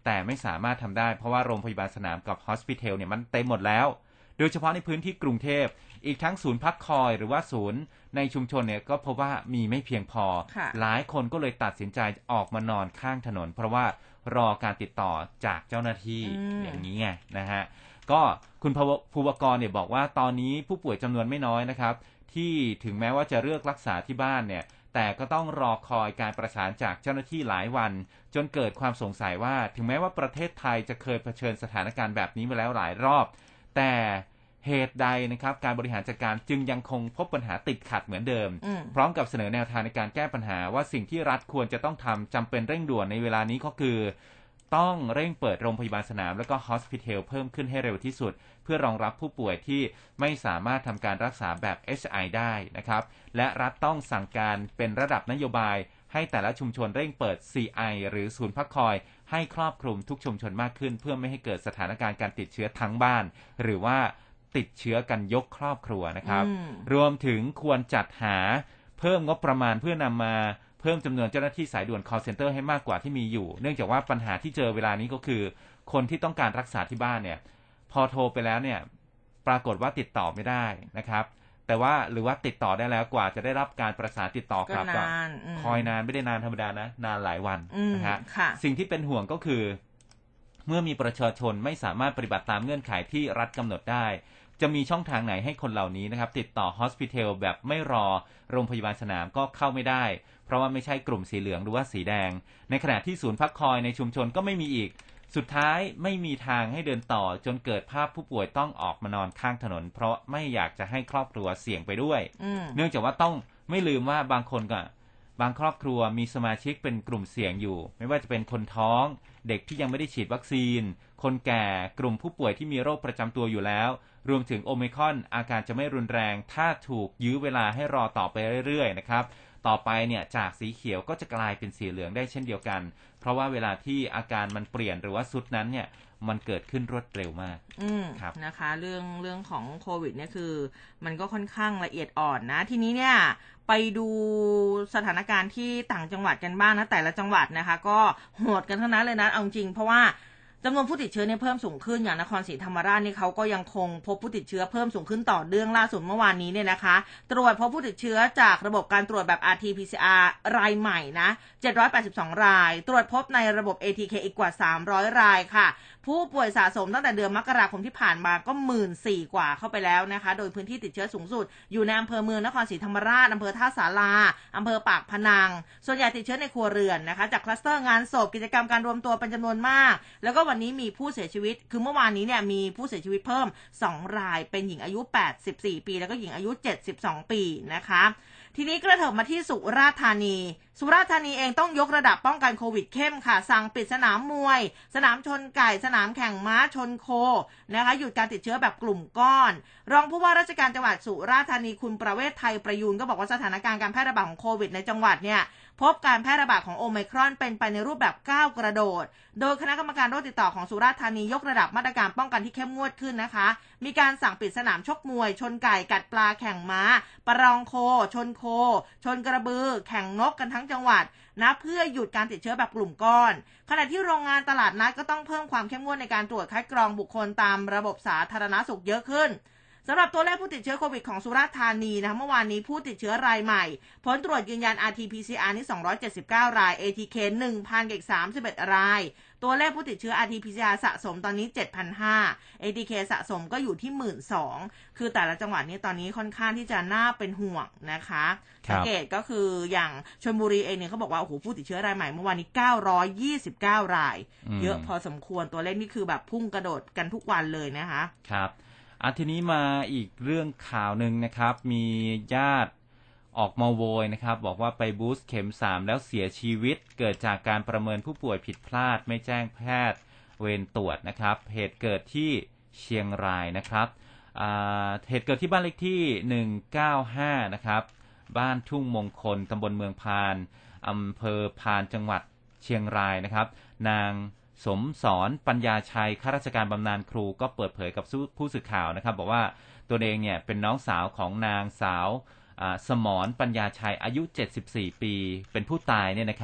แต่ไม่สามารถทำได้เพราะว่าโรงพยาบาลสนามกับฮอสพิทอลเนี่ยมันเต็มหมดแล้วโดยเฉพาะในพื้นที่กรุงเทพอีกทั้งศูนย์พักคอยหรือว่าศูนย์ในชุมชนเนี่ยก็พบว่ามีไม่เพียงพอหลายคนก็เลยตัดสินใจออกมานอนข้างถนนเพราะว่ารอการติดต่อจากเจ้าหน้าที่อย่างนี้ไงนะฮะก็คุณภูวกรเนี่ยบอกว่าตอนนี้ผู้ป่วยจำนวนไม่น้อยนะครับที่ถึงแม้ว่าจะเลือกรักษาที่บ้านเนี่ยแต่ก็ต้องรอคอยการประสานจากเจ้าหน้าที่หลายวันจนเกิดความสงสัยว่าถึงแม้ว่าประเทศไทยจะเคยเผชิญสถานการณ์แบบนี้มาแล้วหลายรอบแต่เหตุใดนะครับการบริหารจัดการจึงยังคงพบปัญหาติดขัดเหมือนเดิมพร้อมกับเสนอแนวทางในการแก้ปัญหาว่าสิ่งที่รัฐควรจะต้องทำจำเป็นเร่งด่วนในเวลานี้ก็คือต้องเร่งเปิดโรงพยาบาลสนามและก็ฮอสพิทอลเพิ่มขึ้นให้เร็วที่สุดเพื่อรองรับผู้ป่วยที่ไม่สามารถทำการรักษาแบบ เอช ไอ ได้นะครับและรัฐต้องสั่งการเป็นระดับนโยบายให้แต่ละชุมชนเร่งเปิด ซี ไอ หรือศูนย์พักคอยให้ครอบคลุมทุกชุมชนมากขึ้นเพื่อไม่ให้เกิดสถานการณ์การติดเชื้อทั้งบ้านหรือว่าติดเชื้อกันยกครอบครัวนะครับรวมถึงควรจัดหาเพิ่มงบประมาณเพื่อนำมาเพิ่มจำนวนเจ้าหน้าที่สายด่วน call center ให้มากกว่าที่มีอยู่เนื่องจากว่าปัญหาที่เจอเวลานี้ก็คือคนที่ต้องการรักษาที่บ้านเนี่ยพอโทรไปแล้วเนี่ยปรากฏว่าติดต่อไม่ได้นะครับแต่ว่าหรือว่าติดต่อได้แล้วกว่าจะได้รับการประสานติดต่อกลับก็คอยนานไม่ได้นานธรรมดานะนานหลายวันนะฮะสิ่งที่เป็นห่วงก็คือเมื่อมีประชาชนไม่สามารถปฏิบัติตามเงื่อนไขที่รัฐกำหนดได้จะมีช่องทางไหนให้คนเหล่านี้นะครับติดต่อฮอสพิทอลแบบไม่รอโรงพยาบาลสนามก็เข้าไม่ได้เพราะว่าไม่ใช่กลุ่มสีเหลืองหรือว่าสีแดงในขณะที่ศูนย์พักคอยในชุมชนก็ไม่มีอีกสุดท้ายไม่มีทางให้เดินต่อจนเกิดภาพผู้ป่วยต้องออกมานอนข้างถนนเพราะไม่อยากจะให้ครอบครัวเสี่ยงไปด้วยเนื่องจากว่าต้องไม่ลืมว่าบางคนก็บางครอบครัวมีสมาชิกเป็นกลุ่มเสี่ยงอยู่ไม่ว่าจะเป็นคนท้องเด็กที่ยังไม่ได้ฉีดวัคซีนคนแก่กลุ่มผู้ป่วยที่มีโรคประจำตัวอยู่แล้วรวมถึงโอมิครอนอาการจะไม่รุนแรงถ้าถูกยื้อเวลาให้รอต่อไปเรื่อยๆนะครับต่อไปเนี่ยจากสีเขียวก็จะกลายเป็นสีเหลืองได้เช่นเดียวกันเพราะว่าเวลาที่อาการมันเปลี่ยนหรือว่าซุดนั้นเนี่ยมันเกิดขึ้นรวดเร็วมากครับนะคะเรื่องเรื่องของโควิดเนี่ยคือมันก็ค่อนข้างละเอียดอ่อนนะทีนี้เนี่ยไปดูสถานการณ์ที่ต่างจังหวัดกันบ้างนะแต่ละจังหวัดนะคะก็โหดกันทั้งนั้นเลยนะเอาจริงเพราะว่าจำนวนผู้ติดเชื้อเนี่ยเพิ่มสูงขึ้นอย่างนครศรีธรรมราชนี่เขาก็ยังคงพบผู้ติดเชื้อเพิ่มสูงขึ้นต่อเนื่องล่าสุดเมื่อวานนี้เนี่ยนะคะตรวจพบผู้ติดเชื้อจากระบบการตรวจแบบ อาร์ ที พี ซี อาร์ รายใหม่นะเจ็ดร้อยแปดสิบสองรายตรวจพบในระบบ เอ ที เค อีกกว่าสามร้อยรายค่ะผู้ป่วยสะสมตั้งแต่เดือนมกราคมที่ผ่านมาก็ หนึ่งหมื่นสี่พัน กว่าเข้าไปแล้วนะคะโดยพื้นที่ติดเชื้อสูงสุดอยู่ในอำเภอเมืองนครศรีธรรมราชอำเภอท่าสาราอำเภอปากพนังส่วนใหญ่ติดเชื้อในครัวเรือนนะคะจากคลัสเตอร์งานศพกิจกรรมการรวมตัวเป็นจำนวนมากแล้วก็วันนี้มีผู้เสียชีวิตคือเมื่อวานนี้เนี่ยมีผู้เสียชีวิตเพิ่มสองรายเป็นหญิงอายุแปดสิบสี่ปีแล้วก็หญิงอายุเจ็ดสิบสองปีนะคะทีนี้กระเถิบมาที่สุราษฎร์ธานีสุราษฎร์ธานีเองต้องยกระดับป้องกันโควิดเข้มค่ะสั่งปิดสนามมวยสนามชนไก่สนามแข่งม้าชนโคนะคะหยุดการติดเชื้อแบบกลุ่มก้อนรองผู้ว่าราชการจังหวัดสุราษฎร์ธานีคุณประเวศไทยประยูนก็บอกว่าสถานการณ์การแพร่ระบาดของโควิดในจังหวัดเนี่ยพบการแพร่ระบาดของโอไมครอนเป็นไปในรูปแบบก้าวกระโดดโดยคณะกรรมการโรคติดต่อของสุราษฎร์ธานียกระดับมาตรการป้องกันที่เข้มงวดขึ้นนะคะมีการสั่งปิดสนามชกมวยชนไก่กัดปลาแข่งม้าประลองโคชนโคชนกระบือแข่งนกกันทั้งจังหวัดนะเพื่อหยุดการติดเชื้อแบบกลุ่มก้อนขณะที่โรงงานตลาดนัดก็ต้องเพิ่มความเข้มงวดในการตรวจคัดกรองบุคคลตามระบบสาธารณสุขเยอะขึ้นสำหรับตัวเลขผู้ติดเชื้อโควิดของสุราษฎร์ธานีนะเมื่อวานนี้ผู้ติดเชื้อรายใหม่ผลตรวจยืนยัน อาร์ ที พี ซี อาร์ นี่สองร้อยเจ็ดสิบเก้าราย เอ ที เค หนึ่งพัน กับอีกสามสิบเอ็ดรายตัวเลขผู้ติดเชื้อ อาร์ ที พี ซี อาร์ สะสมตอนนี้ เจ็ดพันห้าร้อย เอ ที เค สะสมก็อยู่ที่ หนึ่งหมื่นสองพัน คือแต่ละจังหวัดนี้ตอนนี้ค่อนข้างที่จะน่าเป็นห่วงนะคะสังเกตก็คืออย่างชลบุรีเองเนี่ยเขาบอกว่าโอ้โหผู้ติดเชื้อรายใหม่เมื่อวานนี้เก้าร้อยยี่สิบเก้ารายเยอะพอสมควรตัวเลขนี่คือแบบพุ่งกระโดดกันทุกวันเลยนะคะครับอ่ะทีนี้มาอีกเรื่องข่าวหนึ่งนะครับมีญาติออกมาโวยนะครับบอกว่าไปบูสต์เข็มสามแล้วเสียชีวิตเกิดจากการประเมินผู้ป่วยผิดพลาดไม่แจ้งแพทย์เวรตรวจนะครับเหตุเกิดที่เชียงรายนะครับอ่าเหตุเกิดที่บ้านเลขที่หนึ่งเก้าห้านะครับบ้านทุ่งมงคลตำบลเมืองพานอำเภอพานจังหวัดเชียงรายนะครับนางสมสอนปัญญาชัยข้าราชการบำนาญครูก็เปิดเผยกับผู้สื่อข่าวนะครับบอกว่าตัวเองเนี่ยเป็นน้องสาวของนางสาวสมรปัญญาชัยอายุเจ็ดสิบสี่ปีเป็นผู้ตายเนี่ยนะครับ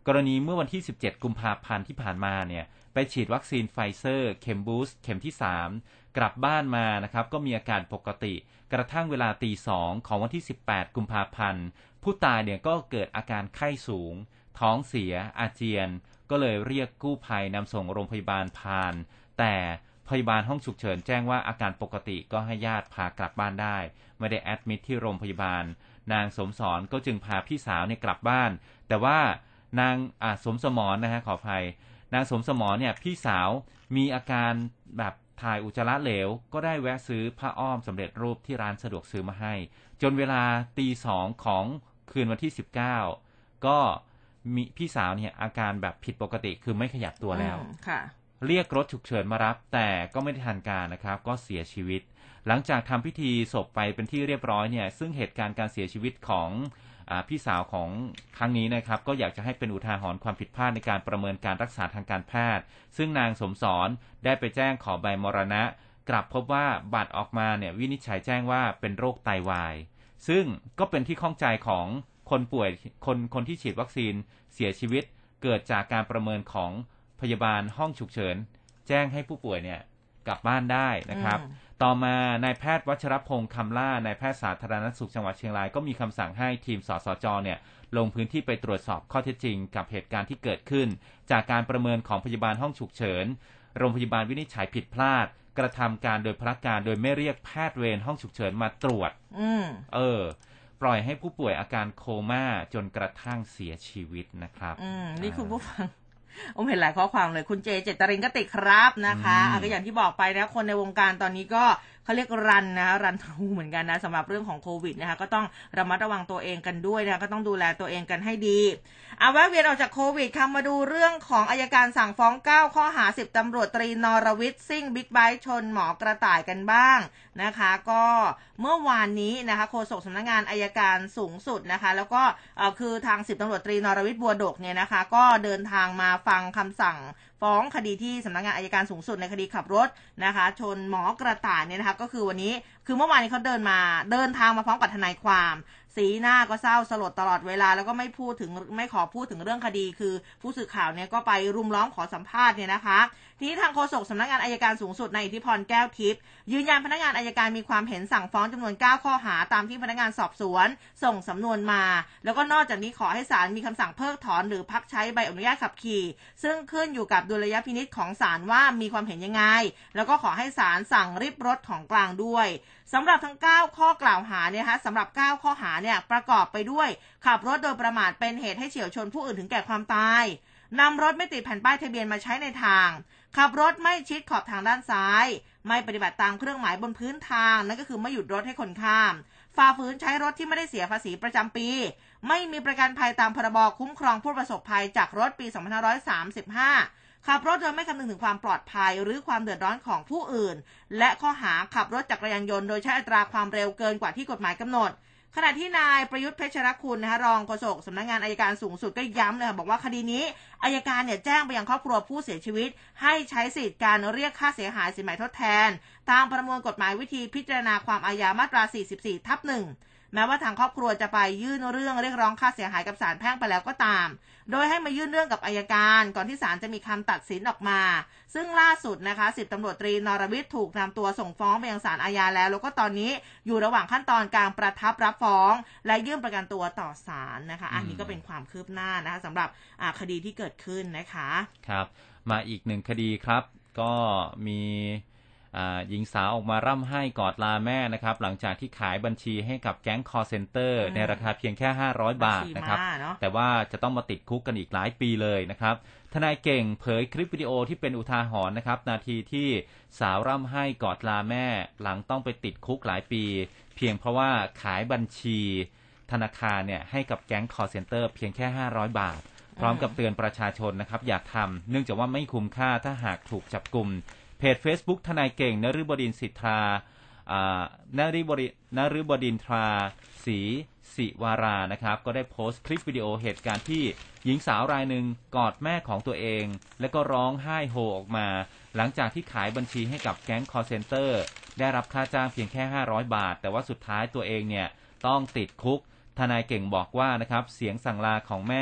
กรณีเมื่อวันที่สิบเจ็ดกุมภาพันธ์ที่ผ่านมาเนี่ยไปฉีดวัคซีนไฟเซอร์เข็มบูสต์เข็มที่สามกลับบ้านมานะครับก็มีอาการปกติกระทั่งเวลาตีสองของวันที่สิบแปดกุมภาพันธ์ผู้ตายเนี่ยก็เกิดอาการไข้สูงท้องเสียอาเจียนก็เลยเรียกกู้ภัยนำส่งโรงพยาบาลพานแต่พยาบาลห้องฉุกเฉินแจ้งว่าอาการปกติก็ให้ญาติพากลับบ้านได้ไม่ได้แอดมิทที่โรงพยาบาลนางสมสรก็จึงพาพี่สาวเนี่ยกลับบ้านแต่ว่านางอ่าสมสมรนะฮะขออภัยนางสมสมรเนี่ยพี่สาวมีอาการแบบถ่ายอุจจาระเหลวก็ได้แวะซื้อผ้าอ้อมสำเร็จรูปที่ร้านสะดวกซื้อมาให้จนเวลาตีสองของคืนวันที่สิบเก้าก็มีพี่สาวเนี่ยอาการแบบผิดปกติคือไม่ขยับตัวแล้วเรียกรถฉุกเฉินมารับแต่ก็ไม่ได้ทันการนะครับก็เสียชีวิตหลังจากทำพิธีศพไปเป็นที่เรียบร้อยเนี่ยซึ่งเหตุการณ์การเสียชีวิตของอ่าพี่สาวของครั้งนี้นะครับก็อยากจะให้เป็นอุทาหรณ์ความผิดพลาดในการประเมินการรักษาทางการแพทย์ซึ่งนางสมสรได้ไปแจ้งขอใบมรณะกลับพบว่าบัตรออกมาเนี่ยวินิจฉัยแจ้งว่าเป็นโรคไตวายซึ่งก็เป็นที่ข้องใจของคนป่วยคนคนที่ฉีดวัคซีนเสียชีวิตเกิดจากการประเมินของพยาบาลห้องฉุกเฉินแจ้งให้ผู้ป่วยเนี่ยกลับบ้านได้นะครับต่อมานายแพทย์วัชรพงษ์คำล่านายแพทย์สาธารณสุขจังหวัดเชียงรายก็มีคำสั่งให้ทีมสสจเนี่ยลงพื้นที่ไปตรวจสอบข้อเท็จจริงกับเหตุการณ์ที่เกิดขึ้นจากการประเมินของพยาบาลห้องฉุกเฉินโรงพยาบาลวินิจฉัยผิดพลาดกระทำการโดยพนักงานโดยไม่เรียกแพทย์เวรห้องฉุกเฉินมาตรวจเออปล่อยให้ผู้ป่วยอาการโคม่าจนกระทั่งเสียชีวิตนะครับอืมนี่คุณผู้ฟังผมเห็นหลายข้อความเลยคุณเจเจตรินก็ติดครับนะคะก็อย่างที่บอกไปนะคนในวงการตอนนี้ก็เขาเรียกรันนะรันทรูเหมือนกันนะสำหรับเรื่องของโควิดนะคะก็ต้องระมัดระวังตัวเองกันด้วยนะก็ต้องดูแลตัวเองกันให้ดีเอาแวะเวียนออกจากโควิดค่ะมาดูเรื่องของอัยการสั่งฟ้องเก้าข้อหาสิบตำรวจตรีนรวิทย์ซิ่งบิ๊กไบค์ชนหมอกระต่ายกันบ้างนะคะก็เมื่อวานนี้นะคะโฆษกสำนักงานอัยการสูงสุดนะคะแล้วก็คือทางสิบตำรวจตรีนรวิทย์บัวดกเนี่ยนะคะก็เดินทางมาฟังคำสั่งฟ้องคดีที่สำนักงานอัยการสูงสุดในคดีขับรถนะคะชนหมอกระต่ายเนี่ยนะคะก็คือวันนี้คือเมื่อวานนี้เขาเดินมาเดินทางมาพร้อมกับทนายความสีหน้าก็เศร้าสลดตลอดเวลาแล้วก็ไม่พูดถึงไม่ขอพูดถึงเรื่องคดีคือผู้สื่อข่าวเนี่ยก็ไปรุมล้อมขอสัมภาษณ์เนี่ยนะคะทีนี้ทางโฆษกสำนักงานอัยการสูงสุดนายอิทธิพรแก้วทิพย์ยืนยันพนักงานอัยการมีความเห็นสั่งฟ้องจำนวนเก้าข้อหาตามที่พนักงานสอบสวนส่งสำนวนมาแล้วก็นอกจากนี้ขอให้ศาลมีคำสั่งเพิกถอนหรือพักใช้ใบอนุญาตขับขี่ซึ่งขึ้นอยู่กับดุลยพินิจของศาลว่ามีความเห็นยังไงแล้วก็ขอให้ศาลสั่งริบรถของกลางด้วยสำหรับทั้งเก้าข้อกล่าวหาเนี่ยนะคะสำหรับเก้าข้อหาเนี่ยประกอบไปด้วยขับรถโดยประมาทเป็นเหตุให้เฉี่ยวชนผู้อื่นถึงแก่ความตายนำรถไม่ติดแผ่นป้ายทะเบียนมาใช้ในทางขับรถไม่ชิดขอบทางด้านซ้ายไม่ปฏิบัติตามเครื่องหมายบนพื้นทางนั่นก็คือไม่หยุดรถให้คนข้ามฝ่าฝืนใช้รถที่ไม่ได้เสียภาษีประจำปีไม่มีประกันภัยตามพรบคุ้มครองผู้ประสบภัยจากรถปีสองพันห้าร้อยสามสิบห้าขับรถโดยไม่คำนึงถึงความปลอดภัยหรือความเดือดร้อนของผู้อื่นและข้อหาขับรถจักรยานยนต์โดยใช้อัตราความเร็วเกินกว่าที่กฎหมายกำหนดขณะที่นายประยุทธ์เพชรคุณนะคะรองโฆษกสำนักงานอัยการสูงสุดก็ย้ำเลยค่ะบอกว่าคดีนี้อัยการเนี่ยแจ้งไปยังครอบครัวผู้เสียชีวิตให้ใช้สิทธิการเรียกค่าเสียหายสินไหมทดแทนตามประมวลกฎหมายวิธีพิจารณาความอาญามาตรา สี่สิบสี่ทับหนึ่งแม้ว่าทางครอบครัวจะไปยื่นเรื่องเรียกร้องค่าเสียหายกับศาลแพ่งไปแล้วก็ตามโดยให้มายื่นเรื่องกับอัยการก่อนที่ศาลจะมีคำตัดสินออกมาซึ่งล่าสุดนะคะสิบตำรวจตรีนรวิทย์ถูกนำตัวส่งฟ้องไปยังศาลอาญาแล้วแล้วก็ตอนนี้อยู่ระหว่างขั้นตอนการประทับรับฟ้องและยื่นประกันตัวต่อศาลนะคะอันนี้ก็เป็นความคืบหน้านะคะสำหรับคดีที่เกิดขึ้นนะคะครับมาอีกหนึ่งคดีครับก็มีหญิงสาวออกมาร่ำไห้กอดลาแม่นะครับหลังจากที่ขายบัญชีให้กับแก๊งคอลเซ็นเตอร์ในราคาเพียงแค่ห้าร้อยบาทนะครับแต่ว่าจะต้องมาติดคุกกันอีกหลายปีเลยนะครับทนายเก่งเผยคลิปวิดีโอที่เป็นอุทาหรณ์นะครับนาทีที่สาวร่ำไห้กอดลาแม่หลังต้องไปติดคุกหลายปีเพียงเพราะว่าขายบัญชีธนาคารเนี่ยให้กับแก๊งคอลเซ็นเตอร์เพียงแค่ห้าร้อยบาทพร้อมกับเตือนประชาชนนะครับอย่าทำเนื่องจากว่าไม่คุ้มค่าถ้าหากถูกจับกุมเพจ Facebook ทนายเก่งนฤบดินทร์สิทธานฤบดินฤบดินทราศรีศิวารานะครับก็ได้โพสต์คลิปวิดีโอเหตุการณ์ที่หญิงสาวรายหนึ่งกอดแม่ของตัวเองแล้วก็ร้องไห้โฮออกมาหลังจากที่ขายบัญชีให้กับแก๊งคอลเซ็นเตอร์ได้รับค่าจ้างเพียงแค่ห้าร้อยบาทแต่ว่าสุดท้ายตัวเองเนี่ยต้องติดคุกทนายเก่งบอกว่านะครับเสียงสั่งลาของแม่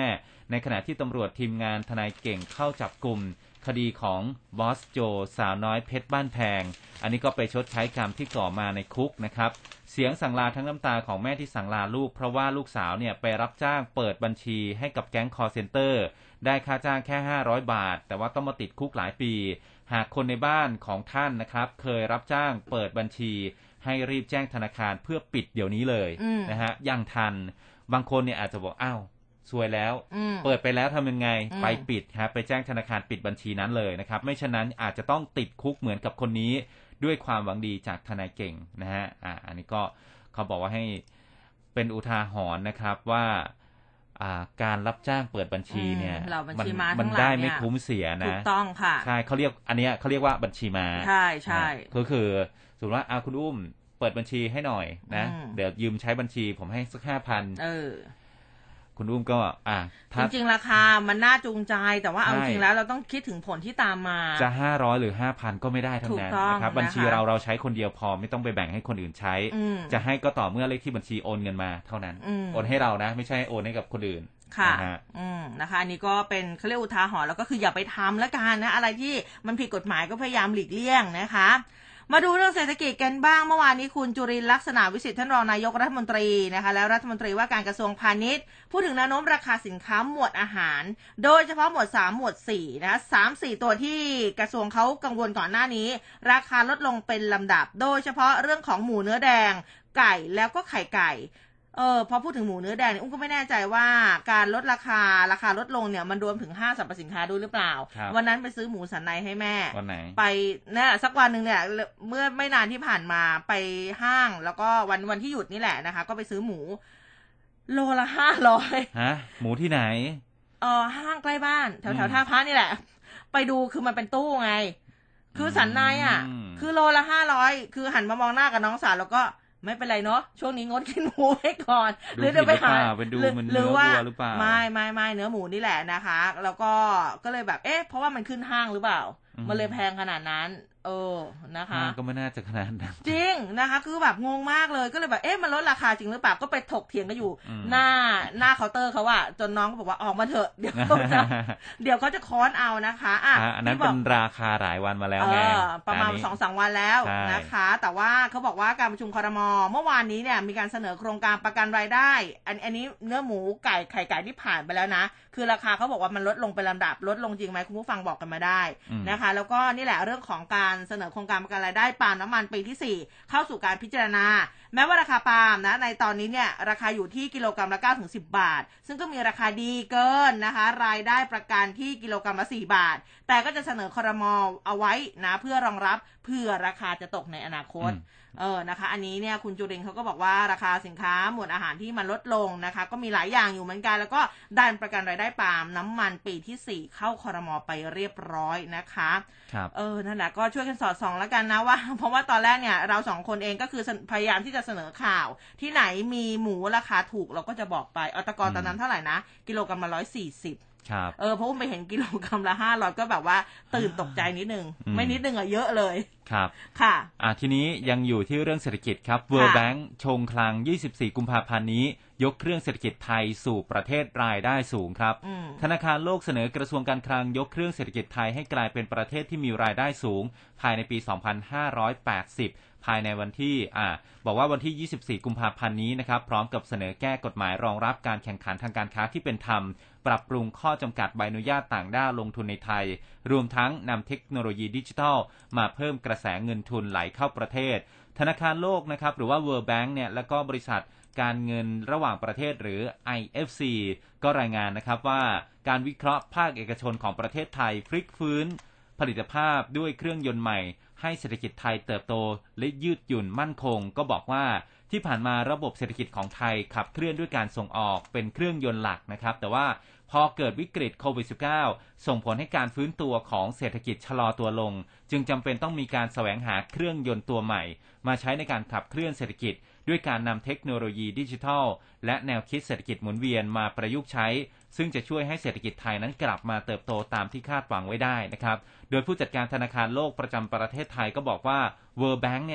ในขณะที่ตำรวจทีมงานทนายเก่งเข้าจับกลุ่มคดีของบอสโจสาวน้อยเพชรบ้านแพงอันนี้ก็ไปชดใช้กรรมที่ก่อมาในคุกนะครับเสียงสั่งลาทั้งน้ำตาของแม่ที่สั่งลาลูกเพราะว่าลูกสาวเนี่ยไปรับจ้างเปิดบัญชีให้กับแก๊งคอลเซ็นเตอร์ได้ค่าจ้างแค่ห้าร้อยบาทแต่ว่าต้องมาติดคุกหลายปีหากคนในบ้านของท่านนะครับเคยรับจ้างเปิดบัญชีให้รีบแจ้งธนาคารเพื่อปิดเดี๋ยวนี้เลยนะฮะยังทันบางคนเนี่ยอาจจะบอกอ้าวซวยแล้วเปิดไปแล้วทำยังไงไปปิดครับไปแจ้งธนาคารปิดบัญชีนั้นเลยนะครับไม่ฉะนั้นอาจจะต้องติดคุกเหมือนกับคนนี้ด้วยความหวังดีจากทนายเก่งนะฮะอ่าอันนี้ก็เขาบอกว่าให้เป็นอุทาหรณ์นะครับว่าการรับจ้างเปิดบัญชีเนี่ยมันมันได้ไม่คุ้มเสียนะถูกต้องค่ะใช่เขาเรียกอันนี้เขาเรียกว่าบัญชีม้าใช่ใช่ก็คือสมมติว่าอาคุณอุ้มเปิดบัญชีให้หน่อยนะเดี๋ยวยืมใช้บัญชีผมให้สักห้าพันเออคุณอุ้มก็อ่ะจริงๆราคามันน่าจูงใจแต่ว่าเอาจริงแล้วเราต้องคิดถึงผลที่ตามมาจะห้าร้อยหรือห้าพันก็ไม่ได้ทั้งนั้นนะครับบัญชีเราเราใช้คนเดียวพอไม่ต้องไปแบ่งให้คนอื่นใช้จะให้ก็ต่อเมื่อเลขที่บัญชีโอนเงินมาเท่านั้นโอนให้เรานะไม่ใช่โอนให้กับคนอื่นค่ะอืมนะคะอันนี้ก็เป็นเขาเรียกอุทาหรณ์แล้วก็คืออย่าไปทำแล้วกันนะอะไรที่มันผิดกฎหมายก็พยายามหลีกเลี่ยงนะคะมาดูเรื่องเศรษฐกิจกันบ้างเมื่อวานนี้คุณจุรินทร์ลักษณะวิสิทธิ์ท่านรองนายกรัฐมนตรีนะคะแล้วรัฐมนตรีว่าการกระทรวงพาณิชย์พูดถึงแนวโน้มราคาสินค้าหมวดอาหารโดยเฉพาะหมวดสามหมวดสี่นะสาม สี่ตัวที่กระทรวงเขากังวลก่อนหน้านี้ราคาลดลงเป็นลำดับโดยเฉพาะเรื่องของหมูเนื้อแดงไก่แล้วก็ไข่ไก่เออพอพูดถึงหมูเนื้อแดงเนี่ยอุ้มก็ไม่แน่ใจว่าการลดราคาราคาลดลงเนี่ยมันรวมถึงห้างสรรพสินค้าด้วยหรือเปล่าวันนั้นไปซื้อหมูสันในให้แม่วันไหนไปเนี่ยสักวันนึงเนี่ยเมื่อไม่นานที่ผ่านมาไปห้างแล้วก็วันวันที่หยุดนี่แหละนะคะก็ไปซื้อหมูโลละห้าร้อยฮะหมูที่ไหนเออห้างใกล้บ้านแถวแถวท่าพระนี่แหละไปดูคือมันเป็นตู้ไงคือสันในอ่ะคือโลละห้าร้อยคือหันมามองหน้ากับน้องสาวแล้วก็ไม่เป็นไรเนาะช่วงนี้งดกินหมูไว้ก่อนหรือจะไปหาหรือว่าไม่ไม่ไม่เนื้อหมูนี่แหละนะคะแล้วก็ก็เลยแบบเอ๊ะเพราะว่ามันขึ้นห้างหรือเปล่ามันเลยแพงขนาดนั้นเออนะคะก็ไม่น่าจะขนาดนั้นจริงนะคะคือแบบงงมากเลยก็เลยแบบเอ๊ะมันลดราคาจริงหรือเปล่าก็ไปถกเถียงกันอยู่หน้าหน้าเคาน์เตอร์เขาอะจนน้องก็บอกว่าออกมาเถอะเดี๋ยวเขาจะเดี๋ยวเขาจะค้อนเอานะคะอ่ะอันนั้นเป็นราคาหลายวันมาแล้วไงประมาณ สองสาม วันแล้วนะคะแต่ว่าเขาบอกว่าการประชุมครม.เมื่อวานนี้เนี่ยมีการเสนอโครงการประกันรายได้อันอันนี้เนื้อหมูไก่ไข่ไก่ที่ผ่านไปแล้วนะคือราคาเขาบอกว่ามันลดลงเป็นลำดับลดลงจริงไหมคุณผู้ฟังบอกกันมาได้นะคะแล้วก็นี่แหละเรื่องของการเสนอโครงการประกันรายได้ปาล์มน้ำมันปีที่สี่เข้าสู่การพิจารณาแม้ว่าราคาปาล์มนะในตอนนี้เนี่ยราคาอยู่ที่กิโลกรัมละ เก้าถึงสิบ บาทซึ่งก็มีราคาดีเกินนะคะรายได้ประกันที่กิโลกรัมละสี่บาทแต่ก็จะเสนอครม.เอาไว้นะเพื่อรองรับเพื่อราคาจะตกในอนาคตเออนะคะอันนี้เนี่ยคุณจุรินทร์เขาก็บอกว่าราคาสินค้าหมวดอาหารที่มันลดลงนะคะก็มีหลายอย่างอยู่เหมือนกันแล้วก็ดันประกันรายได้ปาล์มน้ำมันปีที่สี่เข้าครม.ไปเรียบร้อยนะคะครับเออนั่นแหละก็ช่วยกันสอดส่องแล้วกันนะว่าเพราะว่าตอนแรกเนี่ยเราสองคนเองก็คือพยายามที่จะเสนอข่าวที่ไหนมีหมูราคาถูกเราก็จะบอกไปอตกตอนนั้นเท่าไหร่นะกิโลกรัมละร้อยสี่สิบเออเพราะว่าไปเห็นกิโลกรัมละห้าร้อยก็แบบว่าตื่นตกใจนิดนึงไม่นิดนึงอ่ะเยอะเลยครับค่ะอ่ะทีนี้ยังอยู่ที่เรื่องเศรษฐกิจครับ World Bank ชงคลังยี่สิบสี่กุมภาพันธ์นี้ยกเครื่องเศรษฐกิจไทยสู่ประเทศรายได้สูงครับธนาคารโลกเสนอกระทรวงการคลังยกเครื่องเศรษฐกิจไทยให้กลายเป็นประเทศที่มีรายได้สูงภายในปีสองพันห้าร้อยแปดสิบภายในวันที่อ่าบอกว่าวันที่ยี่สิบสี่กุมภาพันธ์นี้นะครับพร้อมกับเสนอแก้กฎหมายรองรับการแข่งขันทางการค้าที่เป็นธรรมปรับปรุงข้อจำกัดใบอนุญาตต่างด้าวลงทุนในไทยรวมทั้งนำเทคโนโลยีดิจิทัลมาเพิ่มกระแสเงินทุนไหลเข้าประเทศธนาคารโลกนะครับหรือว่า World Bank เนี่ยแล้วก็บริษัทการเงินระหว่างประเทศหรือ ไอ เอฟ ซี ก็รายงานนะครับว่าการวิเคราะห์ภาคเอกชนของประเทศไทยพลิกฟื้นผลิตภาพด้วยเครื่องยนต์ใหม่ให้เศรษฐกิจไทยเติบโตและยืดหยุ่นมั่นคงก็บอกว่าที่ผ่านมาระบบเศรษฐกิจของไทยขับเคลื่อนด้วยการส่งออกเป็นเครื่องยนต์หลักนะครับแต่ว่าพอเกิดวิกฤตโควิด สิบเก้า ส่งผลให้การฟื้นตัวของเศรษฐกิจชะลอตัวลงจึงจำเป็นต้องมีการแสวงหาเครื่องยนต์ตัวใหม่มาใช้ในการขับเคลื่อนเศรษฐกิจด้วยการนำเทคโนโลยีดิจิทัลและแนวคิดเศรษฐกิจหมุนเวียนมาประยุกต์ใช้ซึ่งจะช่วยให้เศรษฐกิจไทยนั้นกลับมาเติบโตตามที่คาดหวังไว้ได้นะครับโดยผู้จัดการธนาคารโลกประจำประเทศไทยก็บอกว่า World Bank เนี่ย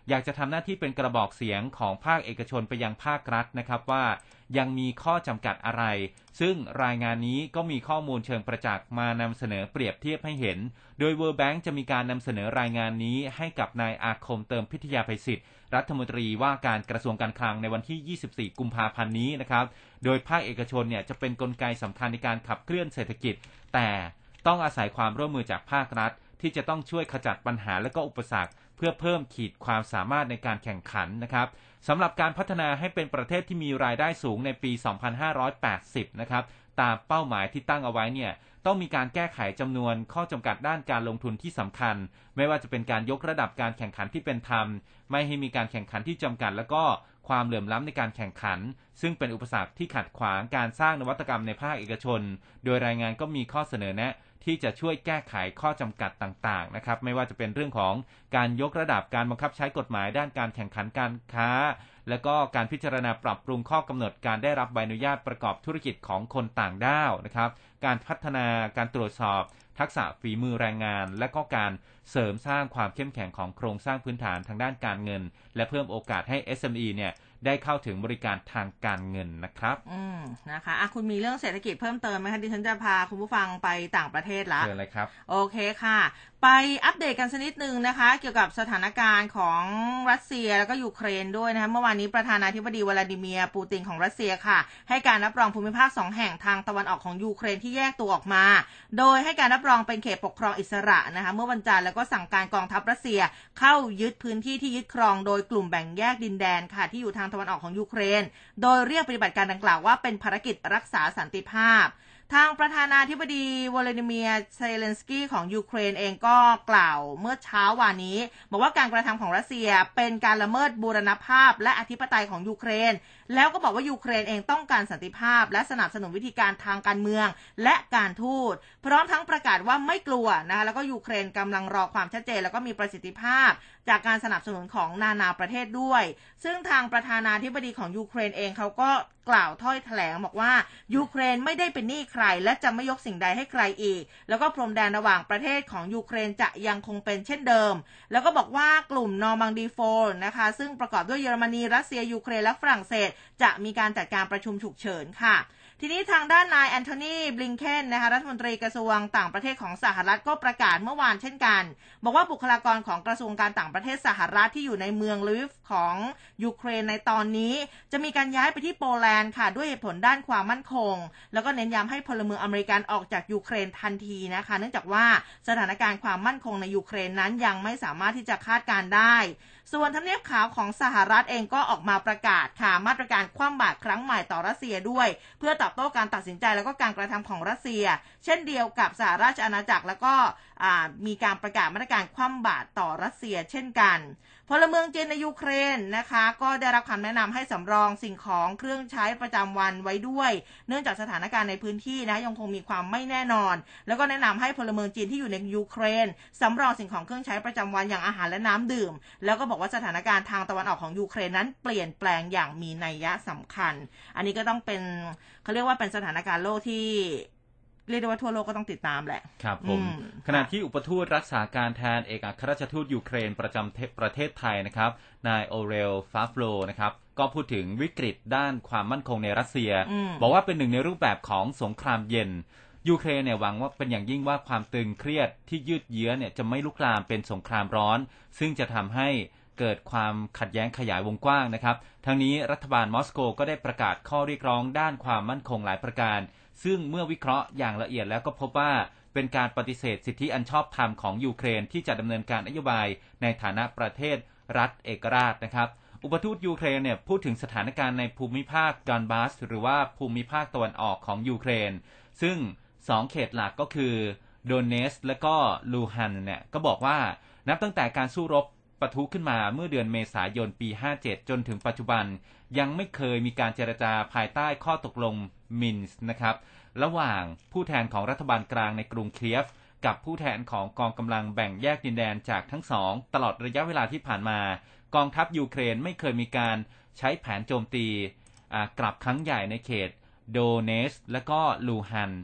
อยากจะทำหน้าที่เป็นกระบอกเสียงของภาคเอกชนไปยังภาครัฐนะครับว่ายังมีข้อจำกัดอะไรซึ่งรายงานนี้ก็มีข้อมูลเชิงประจักษ์มานำเสนอเปรียบเทียบให้เห็นโดย World Bank จะมีการนำเสนอรายงานนี้ให้กับนายอาคมเติมพิทยาภัยศิษย์รัฐมนตรีว่าการกระทรวงการคลังในวันที่ยี่สิบสี่กุมภาพันธ์นี้นะครับโดยภาคเอกชนเนี่ยจะเป็นกลไกสำคัญในการขับเคลื่อนเศรษฐกิจแต่ต้องอาศัยความร่วมมือจากภาครัฐที่จะต้องช่วยขจัดปัญหาและก็อุปสรรคเพื่อเพิ่มขีดความสามารถในการแข่งขันนะครับสำหรับการพัฒนาให้เป็นประเทศที่มีรายได้สูงในปี สองพันห้าร้อยแปดสิบ นะครับตามเป้าหมายที่ตั้งเอาไว้เนี่ยต้องมีการแก้ไขจำนวนข้อจำกัดด้านการลงทุนที่สำคัญไม่ว่าจะเป็นการยกระดับการแข่งขันที่เป็นธรรมไม่ให้มีการแข่งขันที่จำกัดแล้วก็ความเหลื่อมล้ำในการแข่งขันซึ่งเป็นอุปสรรคที่ขัดขวางการสร้างนวัตกรรมในภาคเอกชนโดยรายงานก็มีข้อเสนอแนะที่จะช่วยแก้ไขข้อจำกัดต่างๆนะครับไม่ว่าจะเป็นเรื่องของการยกระดับการบังคับใช้กฎหมายด้านการแข่งขันการค้าและก็การพิจารณาปรับปรุงข้อกำหนดการได้รับใบอนุญาตประกอบธุรกิจของคนต่างด้าวนะครับการพัฒนาการตรวจสอบทักษะฝีมือแรงงานและก็การเสริมสร้างความเข้มแข็งของโครงสร้างพื้นฐานทางด้านการเงินและเพิ่มโอกาสให้ เอส เอ็ม อี เนี่ยได้เข้าถึงบริการทางการเงินนะครับอืมนะคะอ่ะคุณมีเรื่องเศรษฐกิจเพิ่มเติมไหมคะดิฉันจะพาคุณผู้ฟังไปต่างประเทศละเชิญเลยครับโอเคค่ะไปอัปเดตกันสักนิดนึงนะคะเกี่ยวกับสถานการณ์ของรัสเซียแล้วก็ยูเครนด้วยนะคะเมื่อวานนี้ประธานาธิบดีวลาดิเมียร์ปูตินของรัสเซียค่ะให้การรับรองภูมิภาคสองแห่งทางตะวันออกของยูเครนที่แยกตัวออกมาโดยให้การรับรองเป็นเขตปกครองอิสระนะคะเมื่อวันจันทร์แล้วก็สั่งการกองทัพรัสเซียเข้ายึดพื้นที่ที่ยึดครองโดยกลุ่มแบ่งแยกดินแดนค่ะที่อยู่ทางตะวันออกของยูเครนโดยเรียกปฏิบัติการดังกล่าวว่าเป็นภารกิจรักษาสันติภาพทางประธานาธิบดีวลาดิเมียร์เซเลนสกี้ของยูเครนเองก็กล่าวเมื่อเช้าวานนี้บอกว่าการกระทำของรัสเซียเป็นการละเมิดบูรณภาพและอธิปไตยของยูเครนแล้วก็บอกว่ายูเครนเองต้องการสันติภาพและสนับสนุนวิธีการทางการเมืองและการทูตพร้อมทั้งประกาศว่าไม่กลัวนะคะแล้วก็ยูเครนกำลังรอความชัดเจนแล้วก็มีประสิทธิภาพจากการสนับสนุนของนานาประเทศด้วยซึ่งทางประธานาธิบดีของยูเครนเองเขาก็กล่าวถ้อยแถลงบอกว่ายูเครนไม่ได้เป็นหนี้ใครและจะไม่ยกสิ่งใดให้ใครอีกแล้วก็พรมแดนระหว่างประเทศของยูเครนจะยังคงเป็นเช่นเดิมแล้วก็บอกว่ากลุ่มนอร์มังดีโฟร์นะคะซึ่งประกอบด้วยเยอรมนีรัสเซียยูเครนและฝรั่งเศสจะมีการจัดการประชุมฉุกเฉินค่ะทีนี้ทางด้านนายแอนโทนีบลิงเคนนะคะรัฐมนตรีกระทรวงต่างประเทศของสหรัฐก็ประกาศเมื่อวานเช่นกันบอกว่าบุคลากรของกระทรวงการต่างประเทศสหรัฐที่อยู่ในเมืองลิฟของยูเครนในตอนนี้จะมีการย้ายไปที่โปแลนด์ค่ะด้วยเหตุผลด้านความมั่นคงแล้วก็เน้นย้ำให้พลเมืองอเมริกันออกจากยูเครนทันทีนะคะเนื่องจากว่าสถานการณ์ความมั่นคงในยูเครนนั้นยังไม่สามารถที่จะคาดการณ์ได้ส่วนทำเนียบขาวของสหรัฐเองก็ออกมาประกาศค่ะมาตรการคว่ำบาตรครั้งใหม่ต่อรัสเซียด้วยเพื่อตอบโต้การตัดสินใจแล้วก็การกระทำของรัสเซียเช่นเดียวกับสหราชอาณาจักรแล้วก็มีการประกาศมาตรการคว่ำบาตรต่อรัสเซียเช่นกันพลเมืองจีนในยูเครนนะคะก็ได้รับคำแนะนำให้สำรองสิ่งของเครื่องใช้ประจำวันไว้ด้วยเนื่องจากสถานการณ์ในพื้นที่นะยังคงมีความไม่แน่นอนแล้วก็แนะนำให้พลเมืองจีนที่อยู่ในยูเครนสำรองสิ่งของเครื่องใช้ประจำวันอย่างอาหารและน้ำดื่มแล้วก็บอกว่าสถานการณ์ทางตะวันออกของยูเครนนั้นเปลี่ยนแปลงอย่างมีนัยยะสำคัญอันนี้ก็ต้องเป็นเขาเรียกว่าเป็นสถานการณ์โลกที่เรียกได้ว่าทั่วโลกก็ต้องติดตามแหละครับผมขณะที่อุปทูตรักษาการแทนเอกอัครราชทูตยูเครนประจำประเทศไทยนะครับนายโอเรลฟาฟโลนะครับก็พูดถึงวิกฤตด้านความมั่นคงในรัสเซียบอกว่าเป็นหนึ่งในรูปแบบของสงครามเย็นยูเครนเนี่ยหวังว่าเป็นอย่างยิ่งว่าความตึงเครียดที่ยืดเยื้อเนี่ยจะไม่ลุกลามเป็นสงครามร้อนซึ่งจะทำให้เกิดความขัดแย้งขยายวงกว้างนะครับทั้งนี้รัฐบาลมอสโกก็ได้ประกาศข้อเรียกร้องด้านความมั่นคงหลายประการซึ่งเมื่อวิเคราะห์อย่างละเอียดแล้วก็พบว่าเป็นการปฏิเสธสิทธิอันชอบธรรมของยูเครนที่จะดำเนินการนโยบายในฐานะประเทศรัฐเอกราชนะครับอุปทูตยูเครนเนี่ยพูดถึงสถานการณ์ในภูมิภาคดอนบาสหรือว่าภูมิภาคตะวันออกของยูเครนซึ่งสองเขตหลักก็คือโดเนสและก็ลูฮันเนี่ยก็บอกว่านับตั้งแต่การสู้รบปะทุขึ้นมาเมื่อเดือนเมษายนปีห้าเจ็ดจนถึงปัจจุบันยังไม่เคยมีการเจรจาภายใต้ข้อตกลงมินส์นะครับระหว่างผู้แทนของรัฐบาลกลางในกรุงเคียฟกับผู้แทนของกองกำลังแบ่งแยกดินแดนจากทั้งสองตลอดระยะเวลาที่ผ่านมากองทัพยูเครนไม่เคยมีการใช้แผนโจมตีกลับครั้งใหญ่ในเขตโดเนสและก็ลูฮัน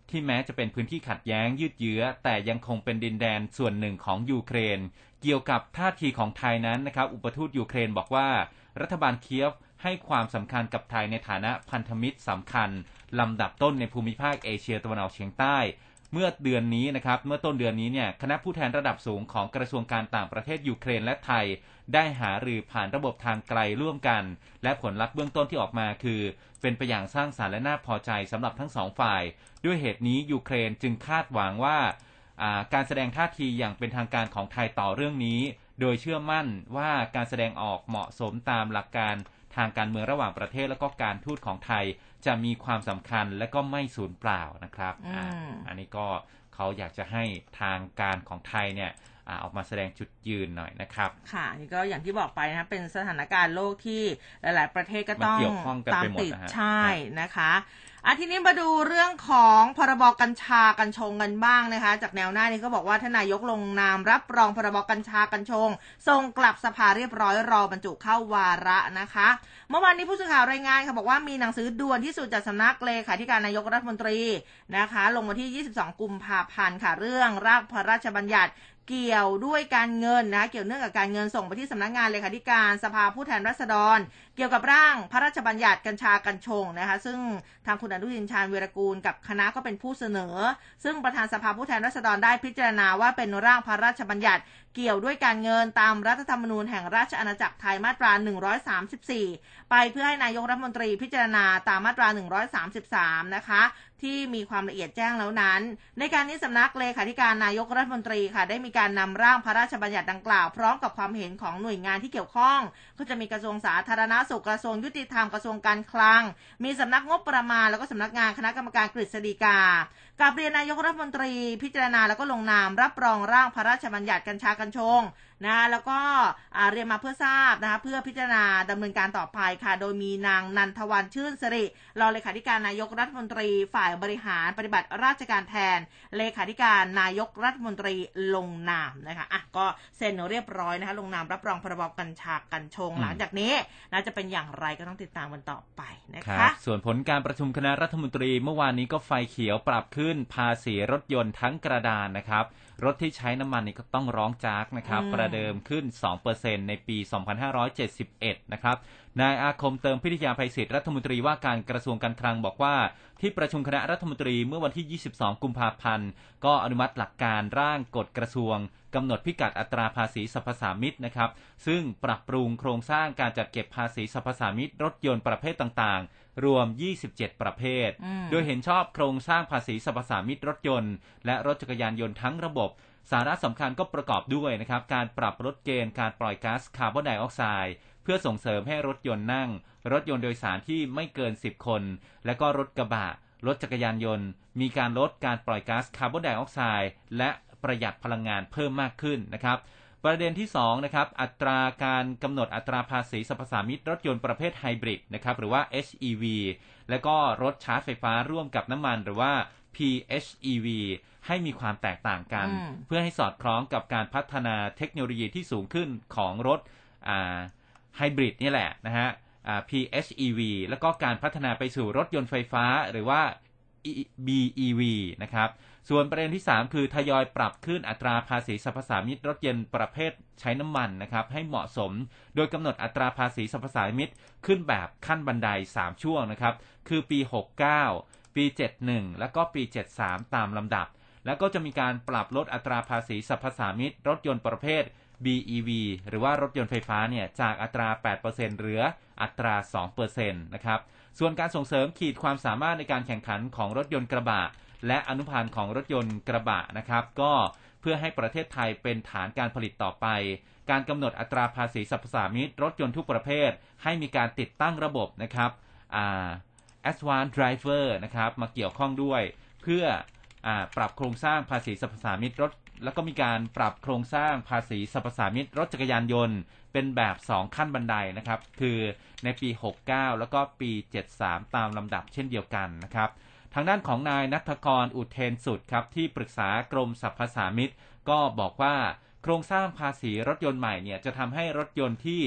ที่แม้จะเป็นพื้นที่ขัดแย้งยืดเยื้อแต่ยังคงเป็นดินแดนส่วนหนึ่งของยูเครนเกี่ยวกับท่าทีของไทยนั้นนะครับอุปทูตยูเครนบอกว่ารัฐบาลเคียฟให้ความสำคัญกับไทยในฐานะพันธมิตรสำคัญลำดับต้นในภูมิภาคเอเชียตะวันออกเฉียงใต้เมื่อเดือนนี้นะครับเมื่อต้นเดือนนี้เนี่ยคณะผู้แทนระดับสูงของกระทรวงการต่างประเทศยูเครนและไทยได้หารือผ่านระบบทางไกลร่วมกันและผลลัพธ์เบื้องต้นที่ออกมาคือเป็นไปอย่างสร้างสรรค์และน่าพอใจสำหรับทั้งสองฝ่ายด้วยเหตุนี้ยูเครนจึงคาดหวังว่าการแสดงท่าทีอย่างเป็นทางการของไทยต่อเรื่องนี้โดยเชื่อมั่นว่าการแสดงออกเหมาะสมตามหลักการทางการเมืองระหว่างประเทศและก็การทูตของไทยจะมีความสำคัญและก็ไม่สูญเปล่านะครับ อ, อันนี้ก็เขาอยากจะให้ทางการของไทยเนี่ยออกมาแสดงจุดยืนหน่อยนะครับค่ะนี่ก็อย่างที่บอกไปนะเป็นสถานการณ์โลกที่หลายๆประเทศก็ต้องตามติดใช่นะคะอ่ะทีนี้มาดูเรื่องของพรบกัญชากัญชงกันบ้างนะคะจากแนวหน้านี้ก็บอกว่าทนายกลงนามรับรองพรบกัญชากัญชงส่งกลับสภาเรียบร้อยรอบรรจุเข้าวาระนะคะเมื่อวานนี้ผู้สื่อข่าวรายงานค่ะบอกว่ามีหนังสือด่วนที่สุดจากสำนักเลขาธิการนายกรัฐมนตรีนะคะลงวันที่ยี่สิบสองกุมภาพันธ์ค่ะเรื่องร่างพระราชบัญญัติเกี่ยวด้วยการเงินนะเกี่ยวเนื่องกับการเงินส่งไปที่สำนักงานเลขาธิการสภาผู้แทนราษฎรเกี่ยวกับร่างพระราชบัญญัติกัญชากัญชงนะคะซึ่งทางคุณอนุทินชาญวีรกูลกับคณะก็เป็นผู้เสนอซึ่งประธานสภาผู้แทนราษฎรได้พิจารณาว่าเป็นร่างพระราชบัญญัติเกี่ยวด้วยการเงินตามรัฐธรรมนูญแห่งราชอาณาจักรไทยมาตราหนึ่งร้อยสามสิบสี่ไปเพื่อให้นายกรัฐมนตรีพิจารณาตามมาตราหนึ่งร้อยสามสิบสามนะคะที่มีความละเอียดแจ้งแล้วนั้นในการนี้สำนักเลขาธิการนายกรัฐมนตรีค่ะได้มีการนำร่างพระราชบัญญัติดังกล่าวพร้อมกับความเห็นของหน่วยงานที่เกี่ยวข้องก็จะมีกระทรวงสาธารณสุขกระทรวงยุติธรรมกระทรวงการคลังมีสำนักงบประมาณแล้วก็สำนักงานคณะกรรมการกฤษฎีกากราบเรียนนายกรัฐมนตรีพิจารณาแล้วก็ลงนามรับรองร่างพระราชบัญญัติกัญชากัญชงนะแล้วก็เรียนมาเพื่อทราบนะคะเพื่อพิจารณาดำเนินการต่อไปค่ะโดยมีนางนันทวันชื่นสิริรองเลขาธิการนายกรัฐมนตรีฝ่ายบริหารปฏิบัติราชการแทนเลขาธิการนายกรัฐมนตรีลงนามนะคะอ่ะก็เซ็นเรียบร้อยนะคะลงนามรับรองพรบกัญชากัญชงหลังจากนี้น่าจะเป็นอย่างไรก็ต้องติดตามกันต่อไปนะคะส่วนผลการประชุมคณะรัฐมนตรีเมื่อวานนี้ก็ไฟเขียวปรับขึ้นภาษีรถยนต์ทั้งกระดานนะครับรถที่ใช้น้ำมันนี่ก็ต้องร้องจากนะครับประเดิมขึ้น สองเปอร์เซ็นต์ ในปี สองพันห้าร้อยเจ็ดสิบเอ็ด นะครับนายอาคมเติมพิทยาภัยศิษย์รัฐมนตรีว่าการกระทรวงการคลังบอกว่าที่ประชุมคณะรัฐมนตรีเมื่อวันที่ ยี่สิบสอง กุมภาพันธ์ก็อนุมัติหลักการร่างกฎกระทรวงกำหนดพิกัดอัตราภาษีสรรพสามิตนะครับซึ่งปรับปรุงโครงสร้างการจัดเก็บภาษีสรรพสามิตรถยนต์ประเภทต่างๆรวมยี่สิบเจ็ดประเภทโดยเห็นชอบโครงสร้างภาษีสรรพสามิตรถยนต์และรถจักรยานยนต์ทั้งระบบสาระสำคัญก็ประกอบด้วยนะครับการปรับลดเกณฑ์การปล่อยก๊าซคาร์บอนไดออกไซด์เพื่อส่งเสริมให้รถยนต์นั่งรถยนต์โดยสารที่ไม่เกินสิบคนและก็รถกระบะรถจักรยานยนต์มีการลดการปล่อยก๊าซคาร์บอนไดออกไซด์และประหยัดพลังงานเพิ่มมากขึ้นนะครับประเด็นที่สองนะครับอัตราการกำหนดอัตราภาษีสรรพสามิตรถยนต์ประเภทไฮบริดนะครับหรือว่า เอช อี วี และก็รถชาร์จไฟฟ้าร่วมกับน้ำมันหรือว่า พี เอช อี วี ให้มีความแตกต่างกันเพื่อให้สอดคล้องกับการพัฒนาเทคโนโลยีที่สูงขึ้นของรถไฮบริดนี่แหละนะฮะ พี เอช อี วี แล้วก็การพัฒนาไปสู่รถยนต์ไฟฟ้าหรือว่า บี อี วี นะครับส่วนประเด็นที่สามคือทยอยปรับขึ้นอัตราภาษีสรรพสามิตรถยนต์ประเภทใช้น้ำมันนะครับให้เหมาะสมโดยกำหนดอัตราภาษีสรรพสามิตขึ้นแบบขั้นบันไดสามช่วงนะครับคือปีหกสิบเก้าปีเจ็ดสิบเอ็ดแล้วก็ปีเจ็ดสิบสามตามลำดับแล้วก็จะมีการปรับลดอัตราภาษีสรรพสามิตรถยนต์ประเภท บี อี วี หรือว่ารถยนต์ไฟฟ้าเนี่ยจากอัตรา แปดเปอร์เซ็นต์ เหลืออัตรา สองเปอร์เซ็นต์ นะครับส่วนการส่งเสริมขีดความสามารถในการแข่งขันของรถยนต์กระบะและอนุพันธ์ของรถยนต์กระบะนะครับก็เพื่อให้ประเทศไทยเป็นฐานการผลิตต่อไปการกำหนดอัตราภาษีสรรพสามิตรถยนต์ทุกประเภทให้มีการติดตั้งระบบนะครับอ่า Advanced Driver นะครับมาเกี่ยวข้องด้วยเพื่ออ่าปรับโครงสร้างภาษีสรรพสามิตรถแล้วก็มีการปรับโครงสร้างภาษีสรรพสามิตรรถจักรยานยนต์เป็นแบบสองขั้นบันไดนะครับคือในปีหกสิบเก้าแล้วก็ปีเจ็ดสิบสามตามลำดับเช่นเดียวกันนะครับทางด้านของนายณัฐกรอุเทนสุดครับที่ปรึกษากรมสรรพสามิตก็บอกว่าโครงสร้างภาษีรถยนต์ใหม่เนี่ยจะทำให้รถยนต์ที่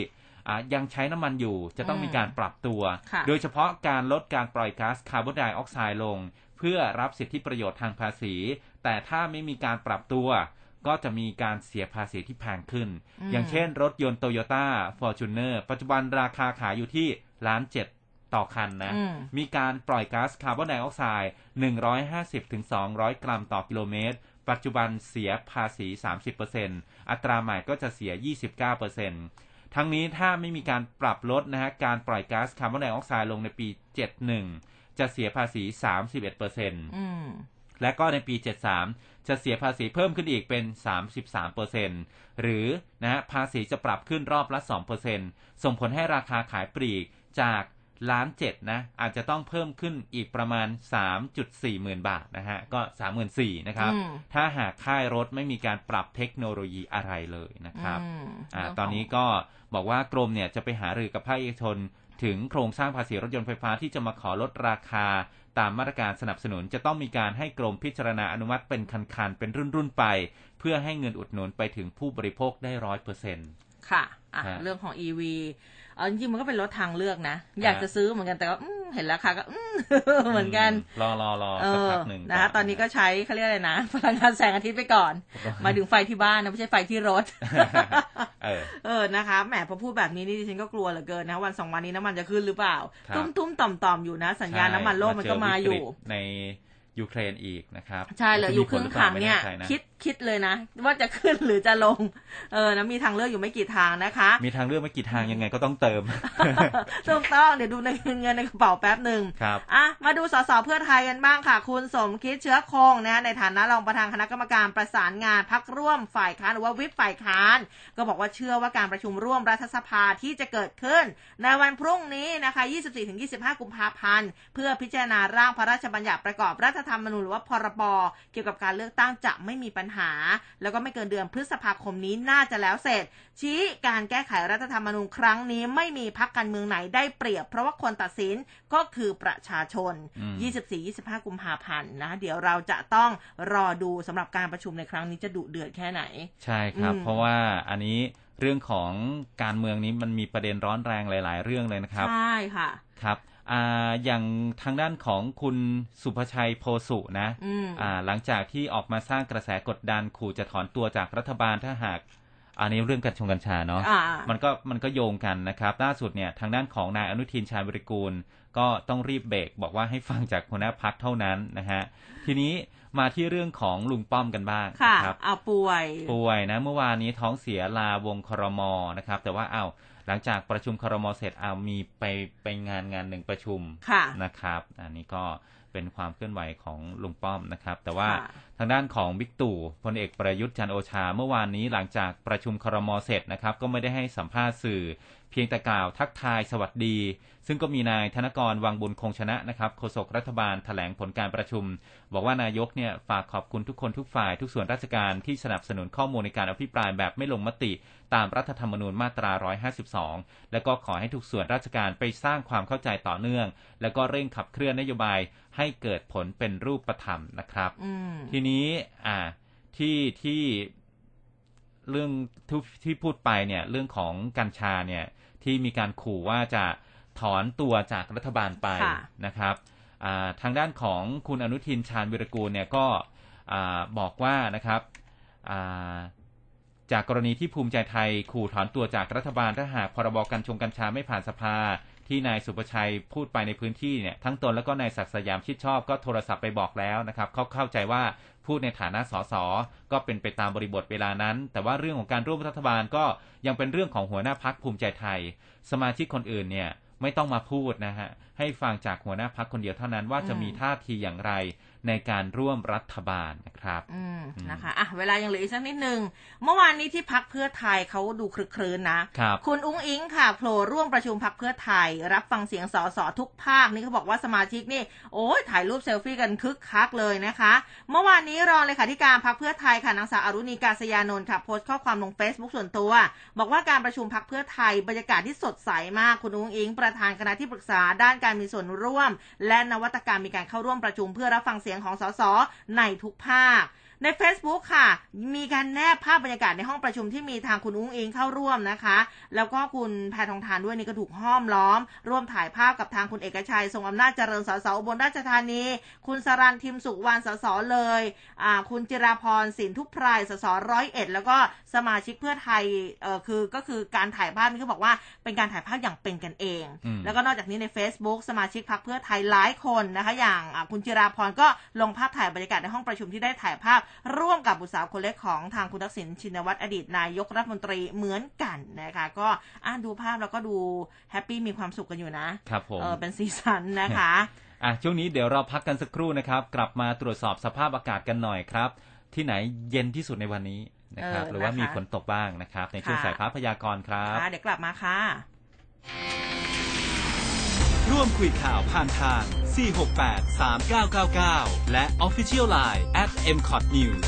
ยังใช้น้ำมันอยู่จะต้องมีการปรับตัวโดยเฉพาะการลดการปล่อยก๊าซคาร์บอนไดออกไซด์ลงเพื่อรับสิทธิประโยชน์ทางภาษีแต่ถ้าไม่มีการปรับตัวก็จะมีการเสียภาษีที่แพงขึ้นอย่างเช่นรถยนต์ Toyota Fortuner ปัจจุบันราคาขายอยู่ที่ล้านเจ็ดต่อคันนะมีการปล่อยก๊าซคาร์บอนไดออกไซด์หนึ่งร้อยห้าสิบถึงสองร้อยกรัมต่อกิโลเมตรปัจจุบันเสียภาษี สามสิบเปอร์เซ็นต์ อัตราใหม่ก็จะเสีย ยี่สิบเก้าเปอร์เซ็นต์ ทั้งนี้ถ้าไม่มีการปรับลดนะฮะการปล่อยก๊าซคาร์บอนไดออกไซด์ลงในปีเจ็ดสิบเอ็ดจะเสียภาษี สามสิบเอ็ดเปอร์เซ็นต์ อืมและก็ในปีเจ็ดสิบสามจะเสียภาษีเพิ่มขึ้นอีกเป็น สามสิบสามเปอร์เซ็นต์ หรือนะฮะภาษีจะปรับขึ้นรอบละ สองเปอร์เซ็นต์ ส่งผลให้ราคาขายปลีกจากล้านเจ็ดนะอาจจะต้องเพิ่มขึ้นอีกประมาณ สามจุดสี่ หมื่นบาทนะฮะก็ สามหมื่นสี่พัน นะครับถ้าหากค่ายรถไม่มีการปรับเทคโนโลยีอะไรเลยนะครับอ่าตอนนี้ก็บอกว่ากรมเนี่ยจะไปหารือกับภาคเอกชนถึงโครงสร้างภาษีรถยนต์ไฟฟ้าที่จะมาขอลดราคาตามมาตรการสนับสนุนจะต้องมีการให้กรมพิจารณาอนุมัติเป็นคันๆเป็นรุ่นๆไปเพื่อให้เงินอุดหนุนไปถึงผู้บริโภคได้ ร้อยเปอร์เซ็นต์ค่ะอ่ะเรื่องของ อี วี เอาจริงๆมันก็เป็นรถทางเลือกนะอยากจะซื้อเหมือนกันแต่ก็เห็นราคาก็เหมือนกันรอรอรอสักพักหนึ่งนะตอนนี้ก็ใช้เขาเรียกอะไรนะพลังงานแสงอาทิตย์ไปก่อนมาถึงไฟที่บ้านนะไม่ใช่ไฟที่รถเออเออนะคะแหมพอพูดแบบนี้นี่ดิฉันก็กลัวเหลือเกินนะวันสองวันนี้น้ำมันจะขึ้นหรือเปล่าตุ้มๆต่อมๆอยู่นะสัญญาณน้ำมันโลกมันก็มาอยู่ในยูเครนอีกนะครับใช่เลยอยู่ครึ่งทางเนี่ยคิดคิดเลยนะว่าจะขึ้นหรือจะลงเออนะมีทางเลือกอยู่ไม่กี่ทางนะคะมีทางเลือกไม่กี่ทางยังไงก็ต้องเติมถูกต้องเดี๋ยวดูในเงินในกระเป๋าแป๊บหนึ่งอ่ะมาดูสสเพื่อไทยกันบ้างค่ะคุณสมคิดเชื้อคงนะในฐานะรองประธานคณะกรรมการประสานงานพรรคร่วมฝ่ายค้านหรือว่าวิปฝ่ายค้านก็บอกว่าเชื่อว่าการประชุมร่วมรัฐสภาที่จะเกิดขึ้นในวันพรุ่งนี้นะคะ ยี่สิบสี่ถึงยี่สิบห้า กุมภาพันธ์เพื่อพิจารณาร่างพระราชบัญญัติประกอบรัฐธรรมนูญหรือว่าพรบเกี่ยวกับการเลือกตั้งจะไม่มีปัญหาแล้วก็ไม่เกินเดือนพฤษภาคมนี้น่าจะแล้วเสร็จชี้การแก้ไขรัฐธรรมนูญครั้งนี้ไม่มีพรรคการเมืองไหนได้เปรียบเพราะว่าคนตัดสินก็คือประชาชน ยี่สิบสี่ ยี่สิบห้า กุมภาพันธ์นะเดี๋ยวเราจะต้องรอดูสำหรับการประชุมในครั้งนี้จะดุเดือดแค่ไหนใช่ครับเพราะว่าอันนี้เรื่องของการเมืองนี้มันมีประเด็นร้อนแรงหลายๆเรื่องเลยนะครับใช่ค่ะครับอ่าอย่างทางด้านของคุณสุภชัยโพสุนะอ่าหลังจากที่ออกมาสร้างกระแสกดดันขู่จะถอนตัวจากรัฐบาลถ้าหากอันนี้เรื่องกัญชงกัญชาเนาะมันก็มันก็โยงกันนะครับล่าสุดเนี่ยทางด้านของนายอนุทินชาญวิริกูลก็ต้องรีบเบรกบอกว่าให้ฟังจากหัวหน้าพรรคเท่านั้นนะฮะทีนี้มาที่เรื่องของลุงป้อมกันบ้างครับเอาป่วยป่วยนะเมื่อวานนี้ท้องเสียลาวงครมนะครับแต่ว่าเอาหลังจากประชุมครมเสร็จเอามีไปไปงานงานหนึ่งประชุมนะครับอันนี้ก็เป็นความเคลื่อนไหวของลุงป้อมนะครับแต่ว่าทางด้านของบิ๊กตู่พลเอกประยุทธ์จันทร์โอชาเมื่อวานนี้หลังจากประชุมครมเสร็จนะครับก็ไม่ได้ให้สัมภาษณ์สื่อเพียงแต่กล่าวทักทายสวัสดีซึ่งก็มีนายธนกรวังบุญคงชนะนะครับโฆษกรัฐบาลแถลงผลการประชุมบอกว่านายกเนี่ยฝากขอบคุณทุกคนทุกฝ่ายทุกส่วนราชการที่สนับสนุนข้อมูลในการอภิปรายแบบไม่ลงมติตามรัฐธรรมนูญมาตราหนึ่งร้อยห้าสิบสองแล้วก็ขอให้ทุกส่วนราชการไปสร้างความเข้าใจต่อเนื่องแล้วก็เร่งขับเคลื่อนนโยบายให้เกิดผลเป็นรูปธรรมนะครับทีนี้อ่าที่ที่เรื่องที่พูดไปเนี่ยเรื่องของกัญชาเนี่ยที่มีการขู่ว่าจะถอนตัวจากรัฐบาลไปนะครับทางด้านของคุณอนุทินชาญวิรกูลเนี่ยก็บอกว่านะครับจากกรณีที่ภูมิใจไทยขู่ถอนตัวจากรัฐบาลถ้าหากพรบกัญชงกัญชาไม่ผ่านสภาที่นายสุประชัยพูดไปในพื้นที่เนี่ยทั้งตนแล้วก็นายศักดิ์สยามชิดชอบก็โทรศัพท์ไปบอกแล้วนะครับเขาเข้าใจว่าพูดในฐานะสสก็เป็นไปตามบริบทเวลานั้นแต่ว่าเรื่องของการร่วมรัฐบาลก็ยังเป็นเรื่องของหัวหน้าพรรคภูมิใจไทยสมาชิกคนอื่นเนี่ยไม่ต้องมาพูดนะฮะให้ฟังจากหัวหน้าพรรคคนเดียวเท่านั้นว่าจะมีท่าทีอย่างไรในการร่วมรัฐบาลนะครับอืมนะคะอ่ะเวลายังเหลืออีกสักนิดนึงเมื่อวานนี้ที่พรรคเพื่อไทยเขาดูคลึกครื้นนะครับคุณอุ้งอิงค่ะโผล่ร่วมประชุมพรรคเพื่อไทยรับฟังเสียงสสทุกภาคนี่เขาบอกว่าสมาชิกนี่โอ้ยถ่ายรูปเซลฟี่กันคึกคักเลยนะคะเมื่อวานนี้รองเลขาธิการพรรคเพื่อไทยค่ะนางสาวอรุณีกาศยานนท์ค่ะโพสต์ข้อความลง Facebook ส่วนตัวบอกว่าการประชุมพรรคเพื่อไทยบรรยากาศที่สดใสมากคุณอุ้งอิงประธานคณะที่ปรึกษาด้านการมีส่วนร่วมและนวัตกรรมมีการเข้าร่วมประชุมเพื่อรับฟังเสียงของสสในทุกภาคใน Facebook ค่ะมีการแนบภาพบรรยากาศในห้องประชุมที่มีทางคุณอุ้งอิงเข้าร่วมนะคะแล้วก็คุณแพทองธารด้วยนี่ก็ถูกห้อมล้อมร่วมถ่ายภาพกับทางคุณเอกชัยทรงอำนาจเจริญสสอุบลราชธานีคุณสรัญทิมสุวรรณสสเลยอ่าคุณจิราพรสินทุพไพรสสร้อยเอ็ดแล้วก็สมาชิกเพื่อไทยเอ่อคือก็คือการถ่ายภาพนี่เขาบอกว่าเป็นการถ่ายภาพอย่างเป็นกันเองแล้วก็นอกจากนี้ใน Facebook สมาชิกพรรคเพื่อไทยหลายคนนะคะอย่างคุณจิราพรก็ลงภาพถ่ายบรรยากาศในห้องประชุมที่ได้ถ่ายภาพร่วมกับบุตรสาวคนเล็กของทางคุณทักษิณชินวัตรอดีตนายกรัฐมนตรีเหมือนกันนะคะก็อ่านดูภาพแล้วก็ดูแฮปปี้มีความสุขกันอยู่นะครับผมเออเป็นสีสันนะคะอ่ะช่วงนี้เดี๋ยวเราพักกันสักครู่นะครับกลับมาตรวจสอบสภาพอากาศกันหน่อยครับที่ไหนเย็นที่สุดในวันนี้นะครับหรือว่ามีฝนตกบ้างนะครับในช่วงสายฟ้าพยากรณ์ครับเดี๋ยวกลับมาค่ะร่วมคุยข่าวผ่านทางสี่ หก แปด สาม เก้า เก้า เก้าและ Official ไลน์ แอท เอ็ม คอท นิวส์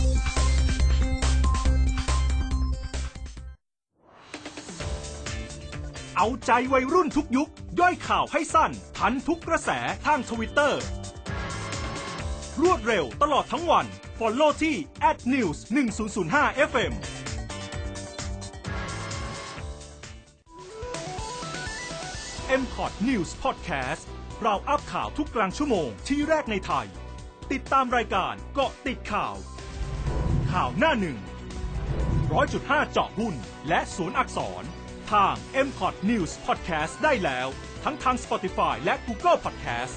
เอาใจวัยรุ่นทุกยุคย่อยข่าวให้สั้นทันทุกกระแสทาง Twitter รวดเร็วตลอดทั้งวัน Follow ที่ แอท นิวส์ หนึ่งศูนย์ศูนย์ห้า เอฟ เอ็มเอ็ม คอท News Podcast เราอัพข่าวทุกกลางชั่วโมงที่แรกในไทยติดตามรายการเกาะติดข่าวข่าวหน้าหนึ่ง ร้อยจุดห้า เจาะหุ้นและศูนย์อักษรทาง เอ็ม คอท News Podcast ได้แล้วทั้งทาง Spotify และ Google Podcast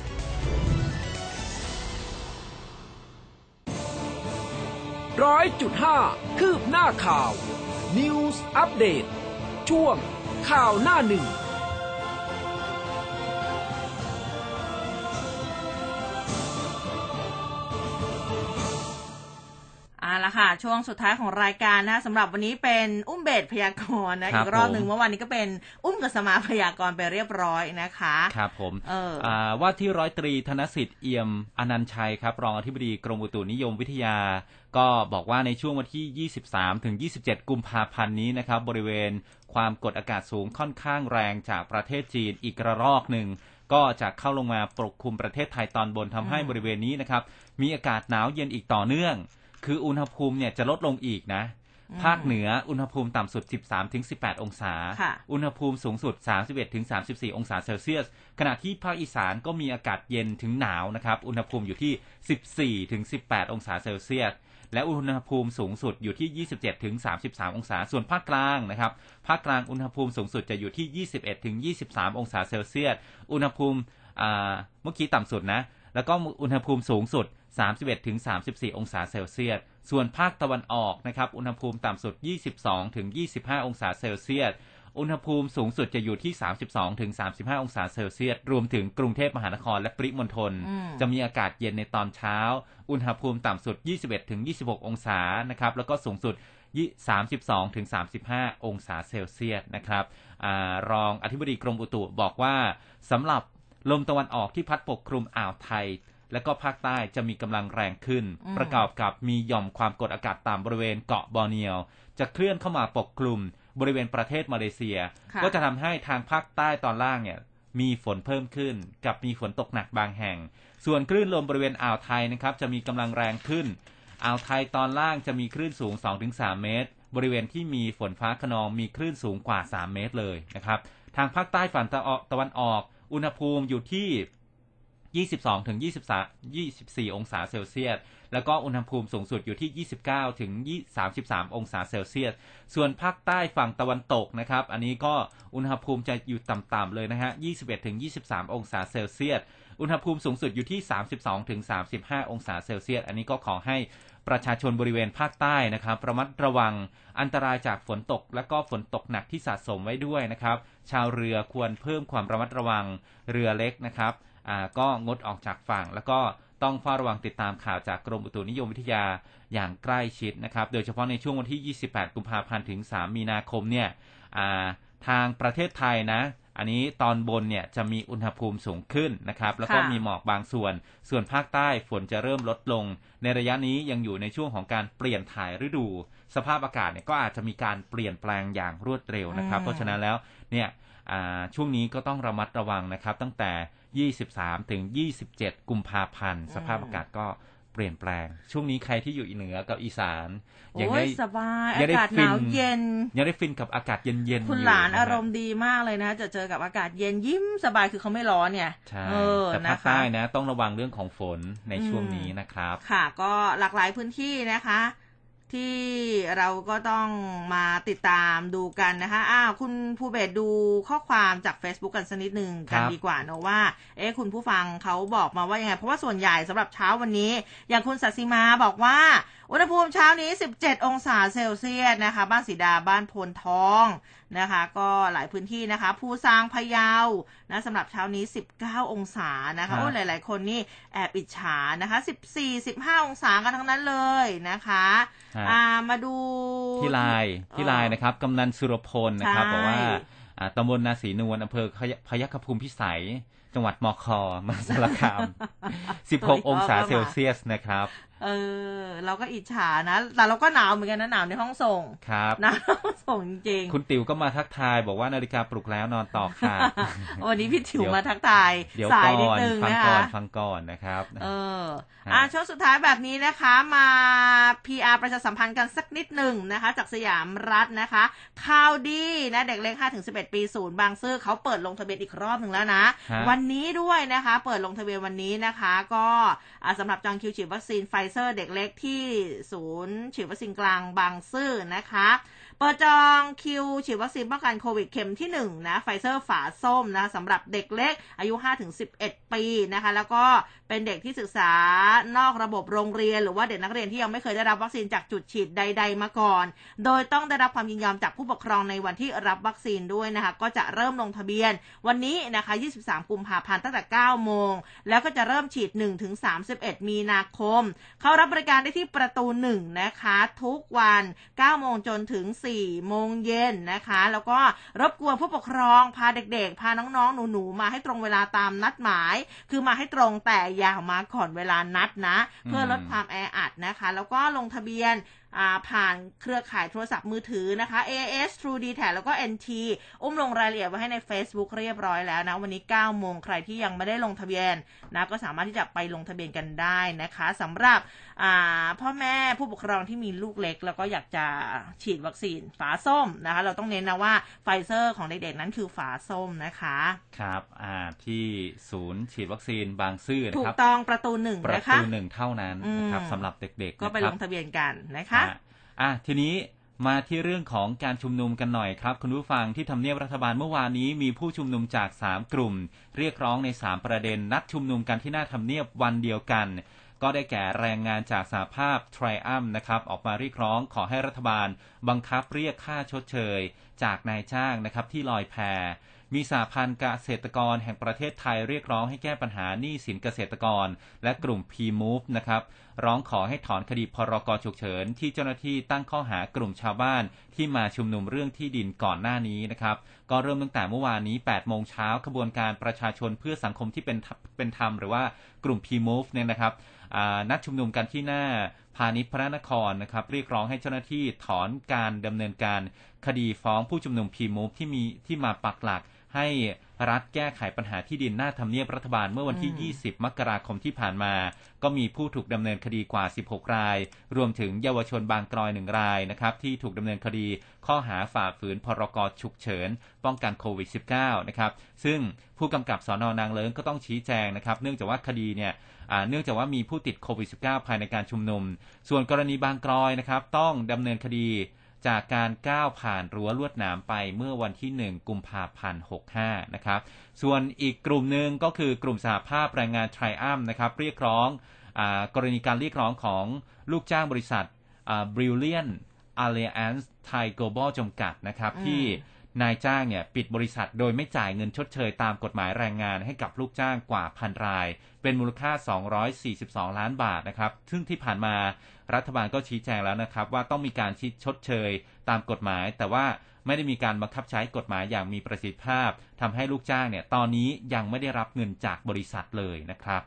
ร้อยจุดห้า คืบหน้าข่าว News Update ช่วงข่าวหน้าหนึ่งเอาละค่ะช่วงสุดท้ายของรายการนะสำหรับวันนี้เป็นอุ้มเบสพยากรณ์นะอีกรอบหนึ่งเมื่อวานนี้ก็เป็นอุ้มกษมาพยากรณ์ไปเรียบร้อยนะคะครับผมเอออ่าว่าที่ร้อยตรีธนสิทธิ์เอี่ยมอนันต์ชัยครับรองอธิบดีกรมอุตุนิยมวิทยาก็บอกว่าในช่วงวันที่ยี่สิบสามถึงยี่สิบเจ็ดกุมภาพันธ์นี้นะครับบริเวณความกดอากาศสูงค่อนข้างแรงจากประเทศจีนอีกระลอกหนึ่งก็จะเข้าลงมาปกคลุมประเทศไทยตอนบนทำให้บริเวณนี้นะครับมีอากาศหนาวเย็นอีกต่อเนื่องคืออุณหภูมิเนี่ยจะลดลงอีกนะภาคเหนืออุณหภูมิต่ำสุด สิบสามถึงสิบแปด องศาอุณหภูมิสูงสุด สามสิบเอ็ดถึงสามสิบสี่ องศาเซลเซียสขณะที่ภาคอีสานก็มีอากาศเย็นถึงหนาวนะครับอุณหภูมิอยู่ที่ สิบสี่ถึงสิบแปด องศาเซลเซียสและอุณหภูมิสูงสุดอยู่ที่ ยี่สิบเจ็ดถึงสามสิบสาม องศาส่วนภาคกลางนะครับภาคกลางอุณหภูมิสูงสุดจะอยู่ที่ ยี่สิบเอ็ดถึงยี่สิบสาม องศาเซลเซียสอุณหภูมิอ่าเมื่อกี้ต่ำสุดนะแล้วก็อุณหภูมิสูงสุด สามสิบเอ็ดถึงสามสิบสี่ องศาเซลเซียสส่วนภาคตะวันออกนะครับอุณหภูมิต่ำสุด ยี่สิบสองถึงยี่สิบห้า องศาเซลเซียสอุณหภูมิสูงสุดจะอยู่ที่ สามสิบสองถึงสามสิบห้า องศาเซลเซียสรวมถึงกรุงเทพมหานครและปริมณฑลจะมีอากาศเย็นในตอนเช้าอุณหภูมิต่ำสุด ยี่สิบเอ็ดถึงยี่สิบหก องศานะครับแล้วก็สูงสุด สามสิบสองถึงสามสิบห้า องศาเซลเซียสนะครับอารองอธิบดีกรมอุตุบอกว่าสำหรับลมตะวันออกที่พัดปกคลุมอ่าวไทยและก็ภาคใต้จะมีกำลังแรงขึ้นประกอบกับมีหย่อมความกดอากาศต่ำบริเวณเกาะบอร์เนียวจะเคลื่อนเข้ามาปกคลุมบริเวณประเทศมาเลเซียก็จะทำให้ทางภาคใต้ตอนล่างเนี่ยมีฝนเพิ่มขึ้นกับมีฝนตกหนักบางแห่งส่วนคลื่นลมบริเวณอ่าวไทยนะครับจะมีกำลังแรงขึ้นอ่าวไทยตอนล่างจะมีคลื่นสูง สองถึงสาม เมตรบริเวณที่มีฝนฟ้าคะนองมีคลื่นสูงกว่าสามเมตรเลยนะครับทางภาคใต้ฝั่งตะวันออกอุณหภูมิอยู่ที่ยี่สิบสองถึงยี่สิบสาม ยี่สิบสี่ องศาเซลเซียสแล้วก็อุณหภูมิสูงสุดอยู่ที่ยี่สิบเก้าถึงสามสิบสาม องศาเซลเซียสส่วนภาคใต้ฝั่งตะวันตกนะครับอันนี้ก็อุณหภูมิจะอยู่ต่ำๆเลยนะฮะยี่สิบเอ็ดถึงยี่สิบสาม องศาเซลเซียสอุณหภูมิสูงสุดอยู่ที่สามสิบสองถึงสามสิบห้า องศาเซลเซียสอันนี้ก็ขอให้ประชาชนบริเวณภาคใต้นะครับระมัดระวังอันตรายจากฝนตกและก็ฝนตกหนักที่สะสมไว้ด้วยนะครับชาวเรือควรเพิ่มความระมัดระวังเรือเล็กนะครับอ่าก็งดออกจากฝั่งแล้วก็ต้องเฝ้าระวังติดตามข่าวจากกรมอุตุนิยมวิทยาอย่างใกล้ชิดนะครับโดยเฉพาะในช่วงวันที่ยี่สิบแปดกุมภาพันธ์ถึงสามมีนาคมเนี่ยอ่าทางประเทศไทยนะอันนี้ตอนบนเนี่ยจะมีอุณหภูมิสูงขึ้นนะครับแล้วก็มีหมอกบางส่วนส่วนภาคใต้ฝนจะเริ่มลดลงในระยะนี้ยังอยู่ในช่วงของการเปลี่ยนถ่ายฤดูสภาพอากาศเนี่ยก็อาจจะมีการเปลี่ยนแปลงอย่างรวดเร็วนะครับเพราะฉะนั้นแล้วเนี่ยช่วงนี้ก็ต้องระมัดระวังนะครับตั้งแต่ยี่สิบสามถึงยี่สิบเจ็ดกุมภาพันธ์สภาพอากาศก็เปลี่ยนแปลงช่วงนี้ใครที่อยู่เหนือกับอีสานยังได้สบายอากาศหนาวเย็นยังได้ฟินกับอากาศเย็นๆคุณหลานอารมณ์ดีมากเลยนะจะเจอกับอากาศเย็นยิ้มสบายคือเขาไม่ร้อนเนี่ยใช่แต่ภาคใต้นะต้องระวังเรื่องของฝนในช่วงนี้นะครับค่ะก็หลากหลายพื้นที่นะคะที่เราก็ต้องมาติดตามดูกันนะคะอ้าวคุณภูเบศดูข้อความจาก Facebook กันสักนิดนึงกันดีกว่าเนอะว่าเอ๊ะคุณผู้ฟังเขาบอกมาว่ายังไงเพราะว่าส่วนใหญ่สำหรับเช้าวันนี้อย่างคุณศศิมาบอกว่าอุณหภูมิเช้านี้สิบเจ็ดองศาเซลเซียสนะคะบ้านสีดาบ้านโพนทองนะคะก็หลายพื้นที่นะคะภูซางพะเยานะสำหรับเช้านี้สิบเก้าองศานะคะโอ้หลายๆคนนี่แอบอิจฉานะคะสิบสี่ สิบห้าองศากันทั้งนั้นเลยนะคะอ่ามาดูที่ไลน์ที่ไลน์นะครับกำนันสุรพลนะครับบอกว่าตำบลนาศรีนวลอำเภอพยัคฆภูมิพิสัยจังหวัดมคมหาสารคามสิบหกองศาเซลเซียสนะครับเออเราก็อิจฉานะแต่เราก็หนาวเหมือนกันนะหนาวในห้องส่งครับหนาวในห้องส่งจริงคุณติ๋วก็มาทักทายบอกว่านาฬิกาปลุกแล้วนอนต่อค่ะวันนี้พี่ติ๋วมาทักทายสายนิดนึงนะคะฟังก่อนฟังก่อนนะครับเอออ่ะช่วงสุดท้ายแบบนี้นะคะมา พี อาร์ ประชาสัมพันธ์กันสักนิดหนึ่งนะคะจากสยามรัฐนะคะข่าวดีนะเด็กเล็ก ห้าถึงสิบเอ็ด ปีศูนย์บางซื่อเขาเปิดลงทะเบียนอีกรอบหนึ่งแล้วนะวันนี้ด้วยนะคะเปิดลงทะเบียนวันนี้นะคะก็สำหรับจองคิวฉีดวัคซีนไฟเซอร์เด็กเล็กที่ศูนย์ฉีดวัคซีนกลางบางซื่อนะคะเปิดจองคิวฉีดวัคซีนป้องกันโควิดเข็มที่หนึ่งนะไฟเซอร์ฝาส้มนะสำหรับเด็กเล็กอายุ ห้าถึงสิบเอ็ด ปีนะคะแล้วก็เป็นเด็กที่ศึกษานอกระบบโรงเรียนหรือว่าเด็กนักเรียนที่ยังไม่เคยได้รับวัคซีนจากจุดฉีดใดๆมาก่อนโดยต้องได้รับความยินยอมจากผู้ปกครองในวันที่รับวัคซีนด้วยนะคะก็จะเริ่มลงทะเบียนวันนี้นะคะยี่สิบสามกุมภาพันธ์ตั้งแต่เก้าโมงแล้วก็จะเริ่มฉีด หนึ่งถึงสามสิบเอ็ด มีนาคมเข้ารับบริการได้ที่ประตูหนึ่งนะคะทุกวันเก้าโมงจนถึงสี่โมงเย็นนะคะแล้วก็รบกวนผู้ปกครองพาเด็กๆพาน้องๆหนูๆมาให้ตรงเวลาตามนัดหมายคือมาให้ตรงแต่อย่ามาก่อนเวลานัดนะเพื่อลดความแออัดนะคะแล้วก็ลงทะเบียนผ่านเครือข่ายโทรศัพท์มือถือนะคะ เอ เอส True ดี แท็ก แล้วก็ เอ็น ที อุ้มลงรายละเอียดไว้ให้ใน Facebook เรียบร้อยแล้วนะวันนี้เก้าโมงใครที่ยังไม่ได้ลงทะเบียนนะก็สามารถที่จะไปลงทะเบียนกันได้นะคะสำหรับพ่อแม่ผู้ปกครองที่มีลูกเล็กแล้วก็อยากจะฉีดวัคซีนฝาส้มนะคะเราต้องเน้นนะว่าไฟเซอร์ของเด็กๆนั้นคือฝาส้มนะคะครับที่ศูนย์ฉีดวัคซีนบางซื่อนะครับถูกต้องประตูหนึ่งนะคะประตูหนึ่งเท่านั้นนะครับสำหรับเด็กๆก็ไปลงทะเบียนกันนะคะอ่ะทีนี้มาที่เรื่องของการชุมนุมกันหน่อยครับคุณผู้ฟังที่ทำเนียบรัฐบาลเมื่อวานนี้มีผู้ชุมนุมจากสามกลุ่มเรียกร้องในสามประเด็นนัดชุมนุมกันที่หน้าทำเนียบวันเดียวกันก็ได้แก่แรงงานจากสหภาพไทรอัมนะครับออกมาเรียกร้องขอให้รัฐบาลบังคับเรียกค่าชดเชยจากนายจ้างนะครับที่ลอยแพมีสหพันธ์เกษตรกรแห่งประเทศไทยเรียกร้องให้แก้ปัญหาหนี้สินเกษตรกรและกลุ่ม พี มูฟ นะครับร้องขอให้ถอนคดีพรกฉุกเฉินที่เจ้าหน้าที่ตั้งข้อหากลุ่มชาวบ้านที่มาชุมนุมเรื่องที่ดินก่อนหน้านี้นะครับก็เริ่มตั้งแต่เมื่อวานนี้ แปดโมงเช้าขบวนการประชาชนเพื่อสังคมที่เป็นเป็นธรรมหรือว่ากลุ่ม พี มูฟ เนี่ยนะครับนัดชุมนุมกันที่หน้าพาณิชย์พระนครนะครับเรียกร้องให้เจ้าหน้าที่ถอนการดำเนินการคดีฟ้องผู้ชุมนุม พี มูฟ ที่มีที่มาปักหลักให้รัฐแก้ไขปัญหาที่ดินหน้าทำเนียบรัฐบาลเมื่อวันที่ยี่สิบมกราคมที่ผ่านมาก็มีผู้ถูกดำเนินคดีกว่าสิบหกรายรวมถึงเยาวชนบางกรอยหนึ่งรายนะครับที่ถูกดำเนินคดีข้อหาฝ่าฝืนพรกฉุกเฉินป้องกันโควิด สิบเก้า นะครับซึ่งผู้กำกับสน.นางเลิ้งก็ต้องชี้แจงนะครับเนื่องจากว่าคดีเนี่ยเนื่องจากว่ามีผู้ติดโควิด สิบเก้า ภายในการชุมนุมส่วนกรณีบางกรอยนะครับต้องดำเนินคดีจากการก้าวผ่านรั้วลวดหนามไปเมื่อวันที่หนึ่งกุมภาพันธ์หกสิบห้านะครับส่วนอีกกลุ่มหนึ่งก็คือกลุ่มสหภาพแรงงานไทรอัมนะครับเรียกร้องกรณีการเรียกร้องของลูกจ้างบริษัท Brilliant Alliance Thai Global จำกัดนะครับที่นายจ้างเนี่ยปิดบริษัทโดยไม่จ่ายเงินชดเชยตามกฎหมายแรงงานให้กับลูกจ้างกว่าพันรายเป็นมูลค่าสองร้อยสี่สิบสองล้านบาทนะครับซึ่งที่ผ่านมารัฐบาลก็ชี้แจงแล้วนะครับว่าต้องมีการชดเชยตามกฎหมายแต่ว่าไม่ได้มีการบังคับใช้กฎหมายอย่างมีประสิทธิภาพทำให้ลูกจ้างเนี่ยตอนนี้ยังไม่ได้รับเงินจากบริษัทเลยนะครับ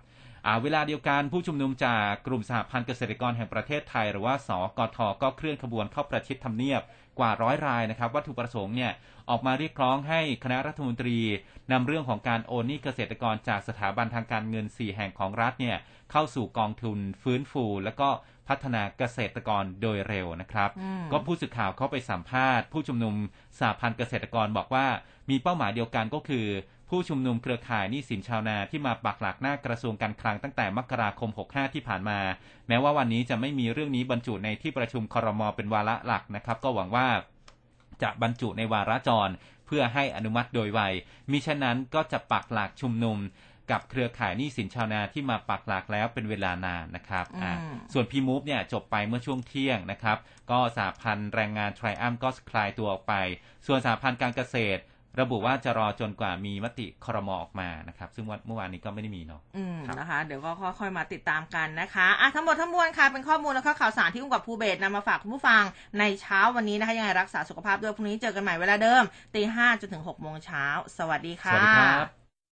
เวลาเดียวกันผู้ชุมนุมจากกลุ่มสหพันธ์เกษตรกรแห่งประเทศไทยหรือว่าสกท.ก็เคลื่อนขบวนเข้าประชิดทำเนียบกว่าร้อยรายนะครับวัตถุประสงค์เนี่ยออกมาเรียกร้องให้คณะรัฐมนตรีนำเรื่องของการโอนหนี้เกษตรกรจากสถาบันทางการเงินสี่แห่งของรัฐเนี่ยเข้าสู่กองทุนฟื้นฟูและก็พัฒนาเกษตรกรโดยเร็วนะครับก็ผู้สื่อข่าวเข้าไปสัมภาษณ์ผู้ชุมนุมสหพันธ์เกษตรกรบอกว่ามีเป้าหมายเดียวกันก็คือผู้ชุมนุมเครือข่ายหนี้สินชาวนาที่มาปักหลักหน้ากระทรวงการคลังตั้งแต่มกราคมหกสิบห้าที่ผ่านมาแม้ว่าวันนี้จะไม่มีเรื่องนี้บรรจุในที่ประชุมครม.เป็นวาระหลักนะครับก็หวังว่าจะบรรจุในวาระจรเพื่อให้อนุมัติโดยไวมิฉะนั้นก็จะปักหลักชุมนุมกับเครือข่ายหนี้สินชาวนาที่มาปักหลักแล้วเป็นเวลานานนะครับอ่าส่วนพีมูฟเนี่ยจบไปเมื่อช่วงเที่ยงนะครับก็สหพันธ์แรงงานไทรอัมก็คลายตัวออกไปส่วนสหพันธ์การเกษตรระบุว่าจะรอจนกว่ามีมติครม.ออกมานะครับซึ่งเมื่อวานนี้ก็ไม่ได้มีเนาะอืมนะคะเดี๋ยวก็ค่อยๆมาติดตามกันนะคะอ่ะทั้งหมดทั้งมวลค่ะเป็นข้อมูลแล้วก็ข่าวสารที่อุ้มกับภูเบศนำมาฝากคุณผู้ฟังในเช้าวันนี้นะคะยังไงรักษาสุขภาพด้วยพรุ่งนี้เจอกันใหม่เวลาเดิมตีห้าจนถึงหกโมงเช้าสวัสดีค่ะสวัสดีครับ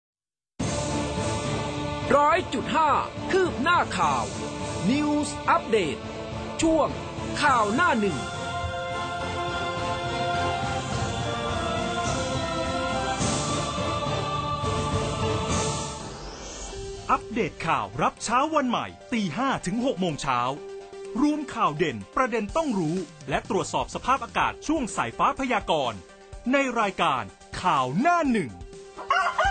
ร้อยจุดห้าคืบหน้าข่าว News Update ช่วงข่าวหน้าหนึ่งอัปเดตข่าวรับเช้าวันใหม่ตีห้าถึงหกโมงเช้ารวมข่าวเด่นประเด็นต้องรู้และตรวจสอบสภาพอากาศช่วงสายฟ้าพยากรณ์ในรายการข่าวหน้าหนึ่ง